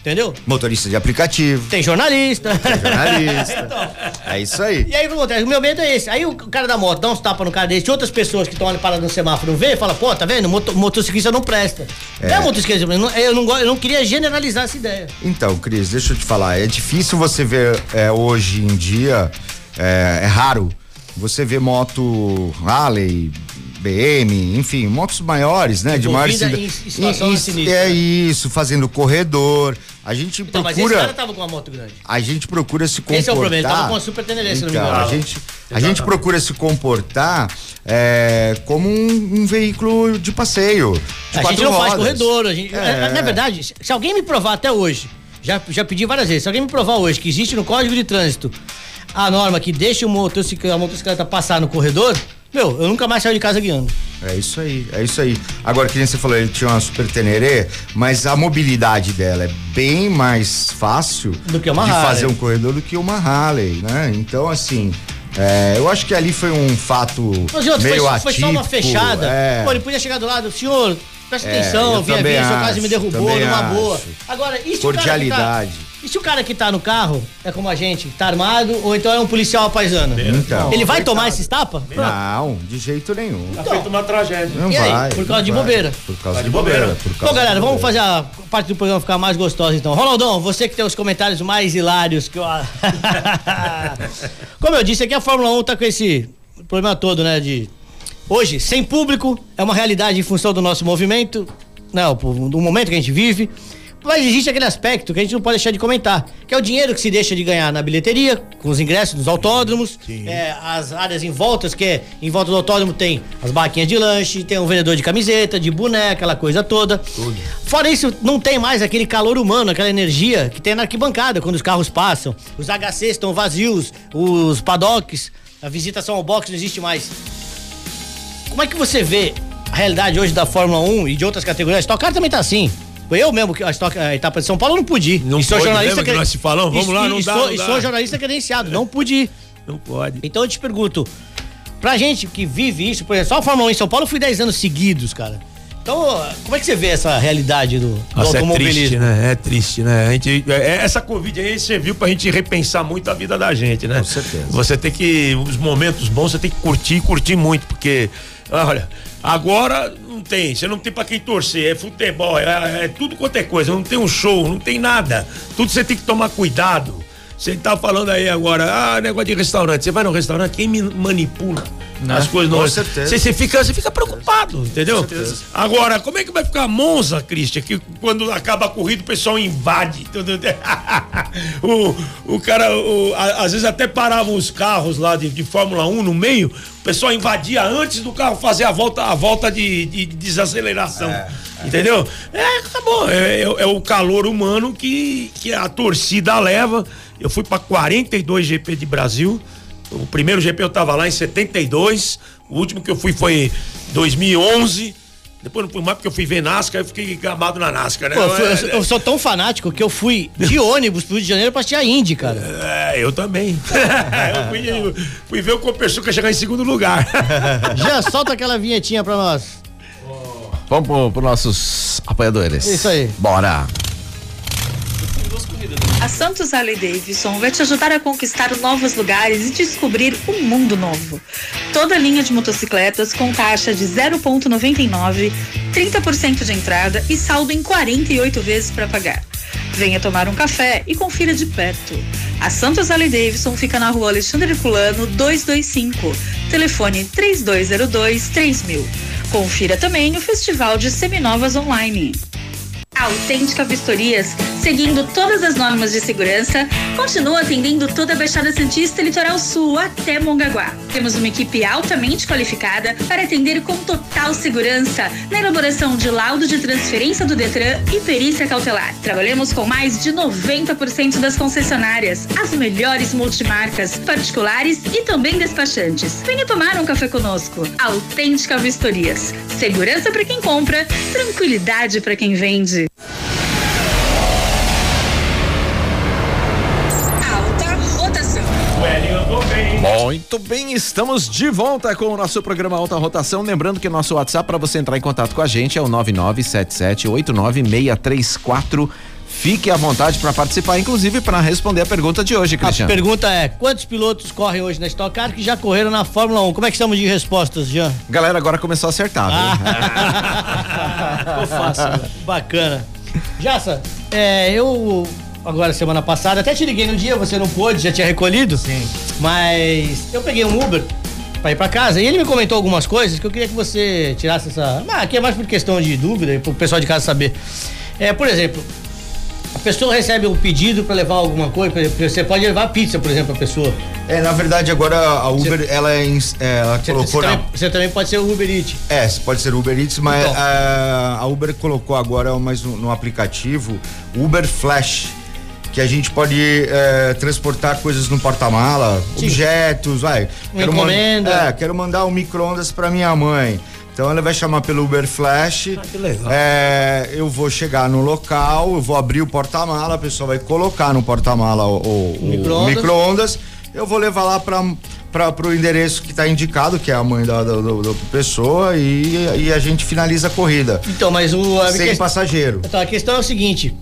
Entendeu? Motorista de aplicativo. Tem jornalista. Tem jornalista. Então. É isso aí. E aí o que acontece? O meu medo é esse. Aí o cara da moto dá uns tapas no cara desse, outras pessoas que estão ali paradas no semáforo não vê, fala, pô, tá vendo? Moto, motociclista não presta. É, é motociclista, eu não, eu, não, eu não queria generalizar essa ideia. Então, Cris, deixa eu te falar, é difícil você ver é, hoje em dia, é, é raro você ver moto Harley, B M, enfim, motos maiores, né? De maiores em, em situação sinistra. É isso, fazendo corredor. A gente então, procura. Mas esse cara tava com uma moto grande. A gente procura se comportar. Esse é o problema, ele tava com uma Super Teneré, se não me engano. A gente, a gente procura se comportar é, como um, um veículo de passeio. De a gente não rodas. faz corredor. A gente, é. Na verdade, se alguém me provar até hoje, já, já pedi várias vezes, se alguém me provar hoje que existe no Código de Trânsito a norma que deixa o motocicleta, a motocicleta passar no corredor, meu, eu nunca mais saio de casa guiando. É isso aí, é isso aí. Agora, que nem você falou, ele tinha uma Super Teneré, mas a mobilidade dela é bem mais fácil do que uma de Harley. fazer um corredor do que uma Harley, né? Então, assim, é, eu acho que ali foi um fato mas, outro, meio foi, atípico. Foi só uma fechada. É. Pô, ele podia chegar do lado, senhor, presta É, atenção, eu vinha também ver, seu acho, quase me derrubou também numa acho. boa. Agora, e se Cordialidade. O cara que tá, e se o cara que tá no carro é como a gente, tá armado, ou então é um policial paisano? Então. Ele vai tomar esses tapas? Não, de jeito nenhum. Tá feito uma tragédia. Não E vai. aí, por causa não de vai. bobeira. Por causa Tá de de bobeira. bobeira. Por causa Bom, galera, de vamos bobeira. fazer a parte do programa ficar mais gostosa então. Ronaldão, você que tem os comentários mais hilários que eu... Como eu disse, aqui a Fórmula um tá com esse problema todo, né, de... Hoje, sem público, é uma realidade em função do nosso movimento, não, do momento que a gente vive, mas existe aquele aspecto que a gente não pode deixar de comentar, que é o dinheiro que se deixa de ganhar na bilheteria, com os ingressos dos autódromos, é, as áreas em voltas, que é, em volta do autódromo tem as barraquinhas de lanche, tem um vendedor de camiseta, de boneca, aquela coisa toda. Tudo. Fora isso, não tem mais aquele calor humano, aquela energia que tem na arquibancada, quando os carros passam, os H Cs estão vazios, os paddocks, a visitação ao box não existe mais. Como é que você vê a realidade hoje da Fórmula um e de outras categorias? A Stock Car também tá assim. Eu mesmo, a, Stock, a etapa de São Paulo, não pude ir. Não e sou pode, jornalista lembra que nós se falamos? Vamos e, lá, não e dá, sou, não E dá. sou jornalista credenciado, não pude ir. Não pode. Então eu te pergunto, pra gente que vive isso, por exemplo, só a Fórmula um em São Paulo eu fui dez anos seguidos, cara. Então, como é que você vê essa realidade do, do Nossa, automobilismo? é triste, né? É triste, né? A gente, é, essa Covid aí serviu pra gente repensar muito a vida da gente, né? Com certeza. Você tem que, os momentos bons, você tem que curtir, curtir muito, porque, olha, agora não tem, você não tem pra quem torcer, é futebol, é, é tudo quanto é coisa, não tem um show, não tem nada, tudo você tem que tomar cuidado. Você tá falando aí agora, ah, negócio de restaurante, você vai no restaurante, quem me manipula? Né? As coisas não. Com certeza. Você, você fica, você fica preocupado, entendeu? Com certeza. Agora, como é que vai ficar Monza, Christian, que quando acaba a corrida o pessoal invade? o, o cara, o, a, às vezes até paravam os carros lá de, de Fórmula um no meio, o pessoal invadia antes do carro fazer a volta, a volta de, de, de desaceleração. É, é. Entendeu? É, acabou. É, é, é o calor humano que, que a torcida leva. Eu fui para quarenta e dois G P de Brasil. O primeiro G P eu tava lá em setenta e dois. O último que eu fui foi dois mil e onze. Depois não fui mais porque eu fui ver NASCAR e fiquei gamado na NASCAR, né? Pô, eu, fui, eu, eu sou tão fanático que eu fui de ônibus pro Rio de Janeiro pra assistir a Indy, cara. É, eu também. eu fui, eu fui ver o Copersucar chegar em segundo lugar. Já solta aquela vinhetinha pra nós. Vamos pro, pro nossos apoiadores. Isso aí. Bora. A Santos Harley Davidson vai te ajudar a conquistar novos lugares e descobrir um mundo novo. Toda a linha de motocicletas com taxa de zero vírgula noventa e nove, trinta por cento de entrada e saldo em quarenta e oito vezes para pagar. Venha tomar um café e confira de perto. A Santos Harley Davidson fica na rua Alexandre Fulano duzentos e vinte e cinco, telefone três dois zero dois, três mil. Confira também o Festival de Seminovas Online. A Autêntica Vistorias, seguindo todas as normas de segurança, continua atendendo toda a Baixada Santista e Litoral Sul até Mongaguá. Temos uma equipe altamente qualificada para atender com total segurança na elaboração de laudo de transferência do Detran e perícia cautelar. Trabalhamos com mais de noventa por cento das concessionárias, as melhores multimarcas, particulares e também despachantes. Venha tomar um café conosco. Autêntica Vistorias. Segurança para quem compra, tranquilidade para quem vende. Muito bem, estamos de volta com o nosso programa Alta Rotação. Lembrando que nosso WhatsApp para você entrar em contato com a gente é o nove nove sete sete oito nove seis três quatro. Fique à vontade para participar, inclusive para responder a pergunta de hoje, Cristiano. A pergunta é: quantos pilotos correm hoje na Stock Car que já correram na Fórmula um? Como é que estamos de respostas, Jean? Galera, agora começou a acertar, viu? Ah. Ficou fácil, né? Bacana. Jaça, é, eu agora semana passada até te liguei no dia, você não pôde, já tinha recolhido. Sim. Mas eu peguei um Uber pra ir pra casa e ele me comentou algumas coisas que eu queria que você tirasse essa... Ah, aqui é mais por questão de dúvida, pro pessoal de casa saber. É, por exemplo, a pessoa recebe um pedido pra levar alguma coisa, você pode levar pizza, por exemplo, a pessoa. É, na verdade, agora a Uber, você, ela, é, ela você, colocou... Você, na... também, você também pode ser o Uber Eats. É, pode ser Uber Eats, mas então. a, a Uber colocou agora mais no, no aplicativo Uber Flash, que a gente pode é, transportar coisas no porta-mala, objetos, vai. Uma encomenda. Man, é, quero mandar um micro-ondas pra minha mãe. Então ela vai chamar pelo Uber Flash. Ah, que legal. É, eu vou chegar no local, eu vou abrir o porta-mala, a pessoa vai colocar no porta-mala o, o, o micro-ondas. micro-ondas. Eu vou levar lá pra, pra, pro endereço que está indicado, que é a mãe da, da, da, da pessoa, e, e a gente finaliza a corrida. Então, mas o... A sem que... passageiro. Então, a questão é o seguinte.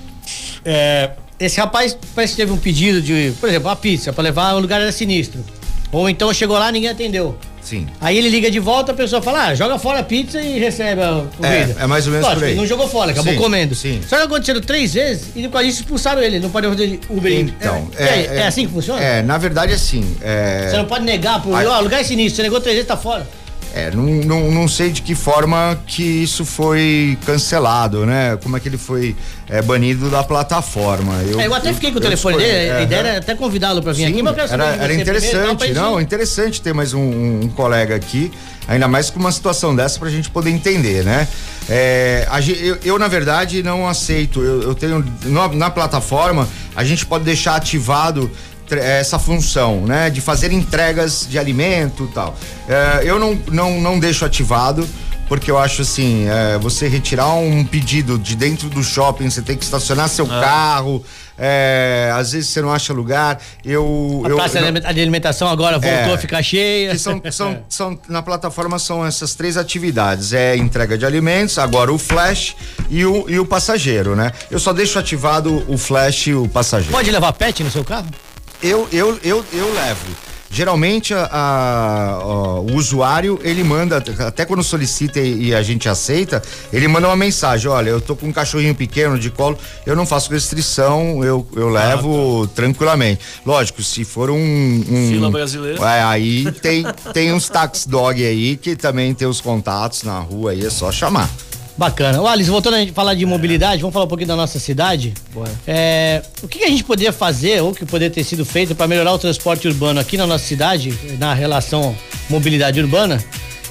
É, esse rapaz parece que teve um pedido de, por exemplo, uma pizza pra levar, o lugar era sinistro. Ou então chegou lá e ninguém atendeu. Sim. Aí ele liga de volta, a pessoa fala, ah, joga fora a pizza e recebe a comida. É, é mais ou menos Lógico, por aí. Ele não jogou fora, acabou Sim, comendo. sim. Só que aconteceu três vezes e com isso expulsaram ele, não pode fazer Uber Eats. Então, é, é, é, é assim que funciona? É, na verdade, assim. É, você não pode negar, por, Aí, ó, lugar é sinistro, você negou três vezes, tá fora. É, não, não, não sei de que forma que isso foi cancelado, né? Como é que ele foi é, banido da plataforma. Eu, é, eu até fiquei com o telefone escolhi, dele, é, a ideia era até convidá-lo pra vir sim, aqui, mas eu quero saber era, de você era interessante, primeiro, não, gente... interessante ter mais um, um, um colega aqui, ainda mais com uma situação dessa pra gente poder entender, né? É, a, eu, eu, na verdade, não aceito, eu, eu tenho, na, na plataforma, a gente pode deixar ativado essa função, né, de fazer entregas de alimento e tal. É, eu não, não, não deixo ativado, porque eu acho assim, é, você retirar um pedido de dentro do shopping, você tem que estacionar seu ah. carro, é, às vezes você não acha lugar. Eu, a eu, praça eu, de alimentação agora voltou é, a ficar cheia. São, são, são, na plataforma são essas três atividades, é entrega de alimentos, agora o flash e o, e o passageiro, né? Eu só deixo ativado o flash e o passageiro. Pode levar pet no seu carro? Eu, eu, eu, eu levo. Geralmente a, a, a, o usuário, ele manda, até quando solicita e, e a gente aceita, ele manda uma mensagem, olha, eu tô com um cachorrinho pequeno de colo, eu não faço restrição, eu, eu levo ah, tá. tranquilamente. Lógico, se for um... um Fila brasileira. É, aí tem, tem uns tax dog aí que também tem os contatos na rua aí, é só chamar. Bacana. O Alice, voltando a gente falar de mobilidade, vamos falar um pouquinho da nossa cidade. É, o que, que a gente poderia fazer, ou que poderia ter sido feito para melhorar o transporte urbano aqui na nossa cidade, na relação mobilidade urbana,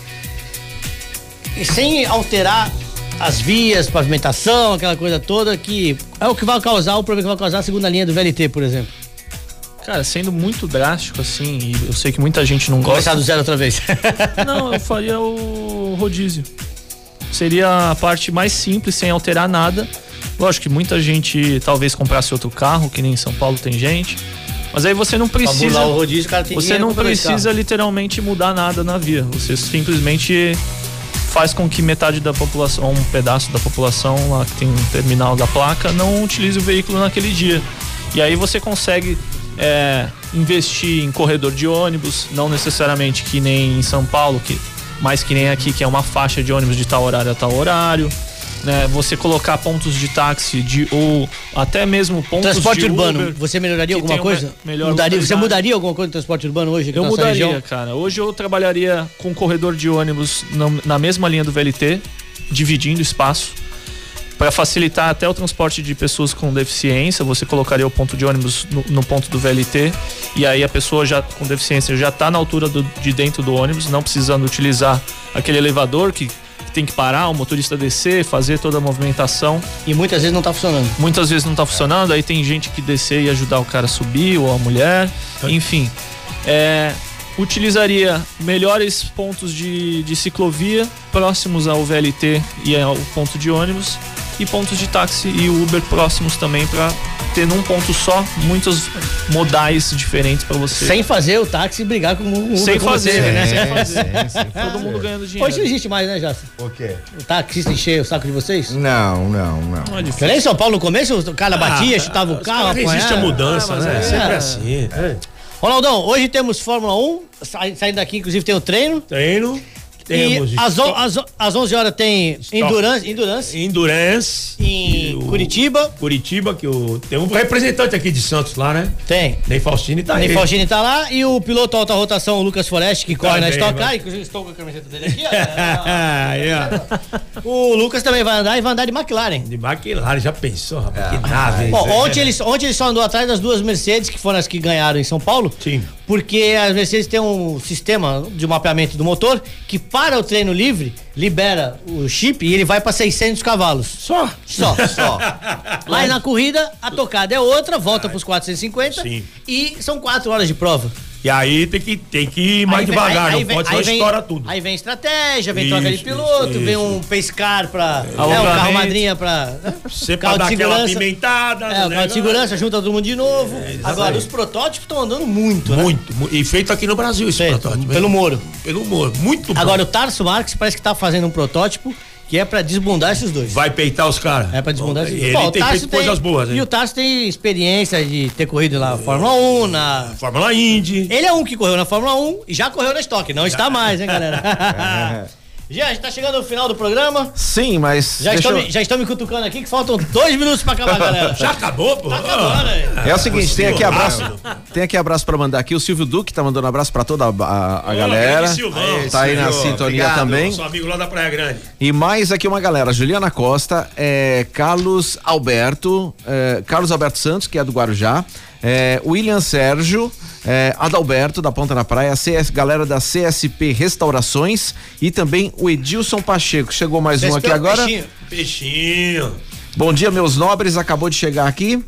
e sem alterar as vias, pavimentação, aquela coisa toda, que é o que vai causar, o problema que vai causar a segunda linha do V L T, por exemplo? Cara, sendo muito drástico assim, e eu sei que muita gente não gosta. Começar do zero outra vez. Não, eu faria o rodízio. Seria a parte mais simples, sem alterar nada. Lógico que muita gente talvez comprasse outro carro, que nem em São Paulo tem gente. Mas aí você não precisa. O rodízio, cara, tem você não precisa literalmente mudar nada na via. Você simplesmente faz com que metade da população, um pedaço da população lá que tem um terminal da placa, não utilize o veículo naquele dia. E aí você consegue é, investir em corredor de ônibus, não necessariamente que nem em São Paulo, que mas que nem aqui, que é uma faixa de ônibus de tal horário a tal horário, né? Você colocar pontos de táxi de, ou até mesmo pontos transporte de urbano, Uber, você melhoraria alguma coisa? Melhor mudaria, você mudaria alguma coisa no transporte urbano hoje aqui eu na nossa mudaria, região? Cara. Hoje eu trabalharia com corredor de ônibus na, na mesma linha do V L T, dividindo espaço. Para facilitar até o transporte de pessoas com deficiência, você colocaria o ponto de ônibus no, no ponto do V L T, e aí a pessoa já com deficiência já está na altura do, de dentro do ônibus, não precisando utilizar aquele elevador que, que tem que parar, o motorista descer, fazer toda a movimentação. E muitas vezes não está funcionando. Muitas vezes não está funcionando, aí tem gente que descer e ajudar o cara a subir, ou a mulher, enfim. É, utilizaria melhores pontos de, de ciclovia próximos ao V L T e ao ponto de ônibus, e pontos de táxi e Uber próximos também para ter num ponto só muitos modais diferentes pra você. Sem fazer o táxi brigar com o Uber. Sem fazer, você, né? Sem fazer. Sim, sim. Todo mundo ganhando dinheiro. Hoje não existe mais, né, Jaça? O quê? O taxista encher o saco de vocês? Não, não, não. Não é difícil. Porque em São Paulo, no começo, o cara batia, chutava o Os carro, caras resistem apanhava. a mudança, Ah, mas né? é- Sempre é. assim. É. Ronaldão, hoje temos Fórmula um, sa- saindo daqui, inclusive tem o treino. Treino. Temos E às, on- às, on- às onze horas tem Endurance, Endurance Endurance. em E o Curitiba. Curitiba, que o, tem um representante aqui de Santos lá, né? Tem. Ney Faustini tá A aí. Ney Faustini tá lá e o piloto alta rotação, o Lucas Forest, que corre na bem, Stock Car, vai. inclusive estou com a camiseta dele aqui, Aí, ó. ó. O Lucas também vai andar e vai andar de McLaren. De McLaren, já pensou, rapaz? Que nave. hein? Bom, ontem ele, ontem ele só andou atrás das duas Mercedes, que foram as que ganharam em São Paulo. Sim. Porque as Mercedes têm um sistema de mapeamento do motor que para o treino livre, libera o chip e ele vai para seiscentos cavalos. Só? Só, só. Lá na corrida, a tocada é outra, volta para os quatrocentos e cinquenta. Sim. E são quatro horas de prova. E aí tem que, tem que ir mais Aí vem- devagar, aí- não aí vem- pode aí só vem- estourar tudo. Aí vem estratégia, vem Isso, troca de isso, piloto, isso. vem um pace car pra. né, um Alongamento. carro madrinha pra. Né, Você carro pra de dar aquela segurança. pimentada. É, o né? carro de segurança, junta todo mundo de novo. exatamente. Agora, os protótipos estão andando muito, né? Muito, mu- e feito aqui no Brasil esse Feito, protótipo. pelo hein? Moro. Pelo Moro, muito bom. Agora, o Tarso Marques parece que tá fazendo um protótipo que é pra desbundar esses dois. Vai peitar os caras. É pra desbundar esses dois. Ele Bom, o tem Tarso feito coisas boas, hein? E o Tarso tem experiência de ter corrido na Fórmula um, na. Fórmula Indy. Ele é um que correu na Fórmula um e já correu na Stock, não está mais, hein, galera? Já, a gente tá chegando no final do programa. Sim, mas. Já deixa estão, eu- me, já estão me cutucando aqui que faltam dois minutos pra acabar, galera. Já acabou, pô? Tá acabando aí. É o seguinte, tem aqui abraço. Rápido. Tem aqui abraço pra mandar aqui. O Silvio Duque tá mandando abraço pra toda a, a- a galera. grande Silvão. Tá aí na Silvio, sintonia obrigado. também. Nosso amigo lá da Praia Grande. E mais aqui uma galera, Juliana Costa, é, Carlos Alberto, é, Carlos Alberto Santos, que é do Guarujá, é, William Sérgio, é, Adalberto da Ponta na Praia, C S, galera da C S P Restaurações e também o Edilson Pacheco. Chegou mais um C S P aqui é um agora. peixinho. Peixinho. Bom dia, meus nobres, acabou de chegar aqui.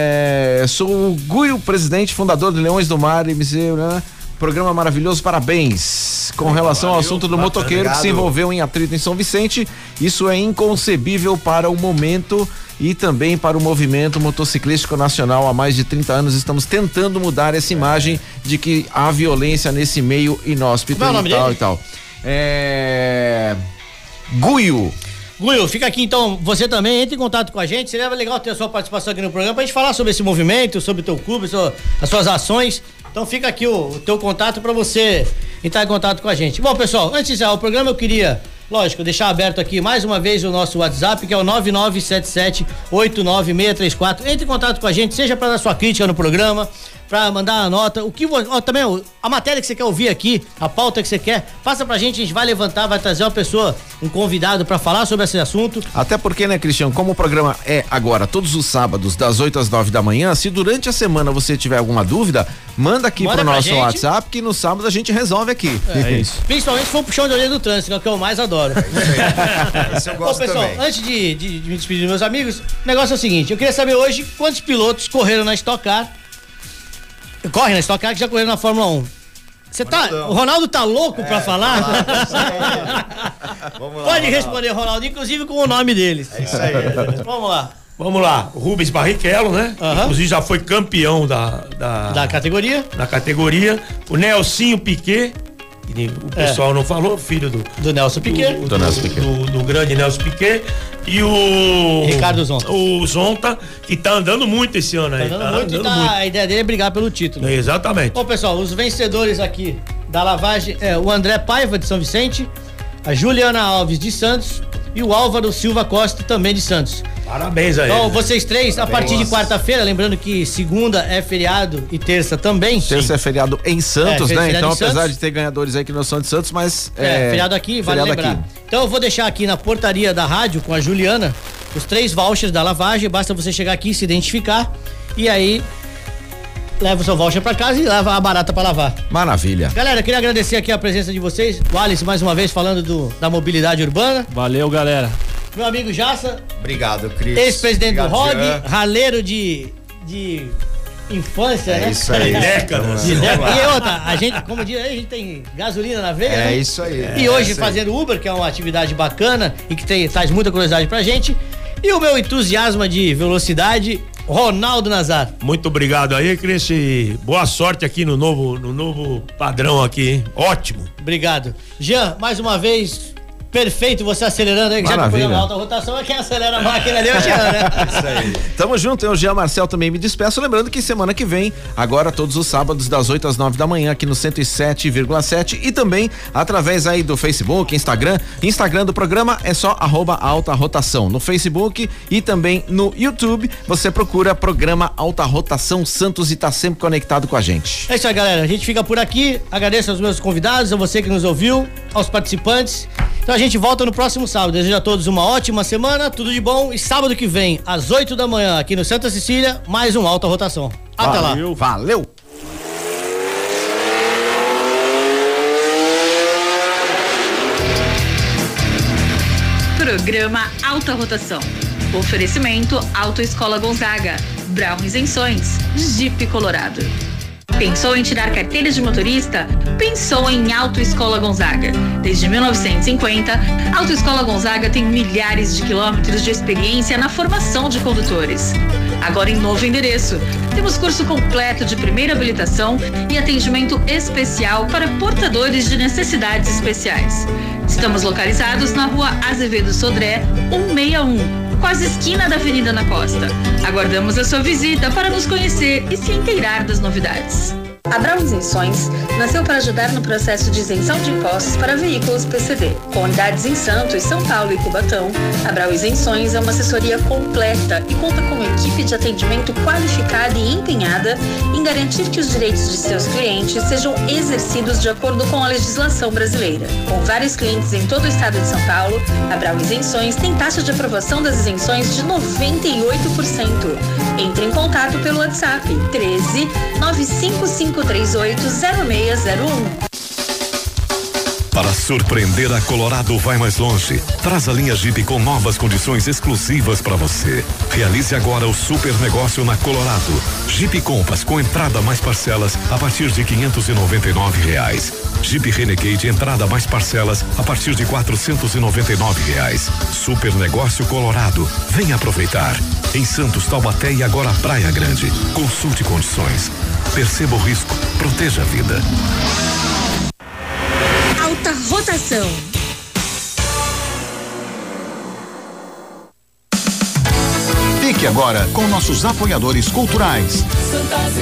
É, sou o Guio, presidente, fundador do Leões do Mar, M C, né? Programa maravilhoso, parabéns. Com relação ao valeu, assunto do bacana, motoqueiro que se obrigado. envolveu em atrito em São Vicente, isso é inconcebível para o momento e também para o movimento motociclístico nacional. Há mais de trinta anos estamos tentando mudar essa imagem de que há violência nesse meio inóspito Como é o nome e tal dele? e tal. É... Guio. Guio, fica aqui então, você também entre em contato com a gente, seria legal ter a sua participação aqui no programa pra gente falar sobre esse movimento, sobre o teu clube, sua- as suas ações. Então fica aqui o, o teu contato pra você entrar em contato com a gente. Bom, pessoal, antes de encerrar o programa, eu queria, lógico, deixar aberto aqui mais uma vez o nosso WhatsApp, que é o nove nove sete sete oito nove seis três quatro. Entre em contato com a gente, seja para dar sua crítica no programa, pra mandar a nota, o que vo- ó, também ó, a matéria que você quer ouvir aqui, a pauta que você quer, passa pra gente, a gente vai levantar, vai trazer uma pessoa, um convidado pra falar sobre esse assunto. Até porque, né, Cristiano, como o programa é agora todos os sábados, das oito às nove da manhã, se durante a semana você tiver alguma dúvida, manda aqui Manda pro pra nosso gente. WhatsApp, que no sábado a gente resolve aqui. É isso. Principalmente se for puxão de orelha do trânsito, que é o que eu mais adoro. Esse eu Bom, gosto pessoal, também. antes de, de- de me despedir dos meus amigos, o negócio é o seguinte, eu queria saber hoje quantos pilotos correram na Stock Car, correm na Stock Car que já correram na Fórmula um. Você tá, Ronaldão. o Ronaldo tá louco pra falar? Vamos lá, Pode vamos responder, Ronaldo, inclusive com o nome deles. É isso aí. Vamos lá. Vamos lá, o Rubens Barrichello, né? Aham. Inclusive já foi campeão da, da, Da categoria da categoria. O Nelsinho Piquet, que o pessoal não falou, filho do, do Nelson Piquet. do, Do Nelson Piquet. do- do grande Nelson Piquet. E o. Ricardo Zonta. O Zonta, que tá andando muito esse ano aí. Tá dando muito, e tá- a ideia dele é brigar pelo título. Exatamente. Bom, pessoal, os vencedores aqui da lavagem é o André Paiva, de São Vicente, a Juliana Alves, de Santos, e o Álvaro Silva Costa, também de Santos. Parabéns aí. Então, vocês três, a partir de Nossa. quarta-feira, lembrando que segunda é feriado e terça também. Terça é feriado em Santos, É, né? feriado Então, em apesar Santos. de ter ganhadores aí que não são de Santos, mas. É, feriado aqui, vale feriado lembrar. aqui. Então eu vou deixar aqui na portaria da rádio com a Juliana os três vouchers da lavagem, basta você chegar aqui, se identificar e aí leva o seu voucher pra casa e leva a barata pra lavar. Maravilha. Galera, eu queria agradecer aqui a presença de vocês, o Alice mais uma vez falando do, da mobilidade urbana, Valeu, galera. meu amigo Jassa, Obrigado, Cris. ex-presidente do Obrigado, R O Jean. G, raleiro de, de infância, né? É isso aí. Décadas. De Vamos década. lá. E outra, a gente, como diz, a gente tem gasolina na veia, É né? isso aí. E É hoje isso aí. fazendo Uber, que é uma atividade bacana e que tem, traz muita curiosidade pra gente. E o meu entusiasmo de velocidade Ronaldo Nazar. Muito obrigado aí, Cris. Boa sorte aqui no novo, no novo padrão aqui, hein? Ótimo. Obrigado. Jean, mais uma vez, perfeito você acelerando aí, que já que o programa alta rotação é quem acelera a máquina ali, é o Jean, né? Isso aí. Tamo junto, eu, Jean Marcel, também me despeço, lembrando que semana que vem, agora todos os sábados das oito às nove da manhã aqui no cento e sete vírgula sete e também através aí do Facebook, Instagram, Instagram do programa é só arroba alta rotação, no Facebook e também no YouTube, você procura programa Alta Rotação Santos e tá sempre conectado com a gente. É isso aí, galera, a gente fica por aqui, agradeço aos meus convidados, a você que nos ouviu, aos participantes. Então a gente volta no próximo sábado. Desejo a todos uma ótima semana, tudo de bom. E sábado que vem, às oito da manhã, aqui no Santa Cecília, mais um Alta Rotação. Até Valeu, lá. Valeu! Programa Alta Rotação. Oferecimento Autoescola Gonzaga, Brown Isenções, Jeep Colorado. Pensou em tirar carteira de motorista? Pensou em Autoescola Gonzaga. Desde mil novecentos e cinquenta, a Autoescola Gonzaga tem milhares de quilômetros de experiência na formação de condutores. Agora em novo endereço, temos curso completo de primeira habilitação e atendimento especial para portadores de necessidades especiais. Estamos localizados na rua Azevedo Sodré, cento e sessenta e um. Quase esquina da Avenida Ana Costa. Aguardamos a sua visita para nos conhecer e se inteirar das novidades. A Brown Isenções nasceu para ajudar no processo de isenção de impostos para veículos P C D. Com unidades em Santos, São Paulo e Cubatão, a Brown Isenções é uma assessoria completa e conta com uma equipe de atendimento qualificada e empenhada em garantir que os direitos de seus clientes sejam exercidos de acordo com a legislação brasileira. Com vários clientes em todo o estado de São Paulo, a Brown Isenções tem taxa de aprovação das isenções de noventa e oito por cento. Entre em contato pelo WhatsApp treze, nove cinco cinco três oito, zero seis zero um. Para surpreender a Colorado vai mais longe. Traz a linha Jeep com novas condições exclusivas para você. Realize agora o super negócio na Colorado. Jeep Compass com entrada mais parcelas a partir de quinhentos e noventa e nove reais. Jeep Renegade entrada mais parcelas a partir de quatrocentos e noventa e nove reais. Super negócio Colorado. Venha aproveitar. Em Santos, Taubaté e agora Praia Grande. Consulte condições. Perceba o risco. Proteja a vida. Alta Rotação. Fique agora com nossos apoiadores culturais.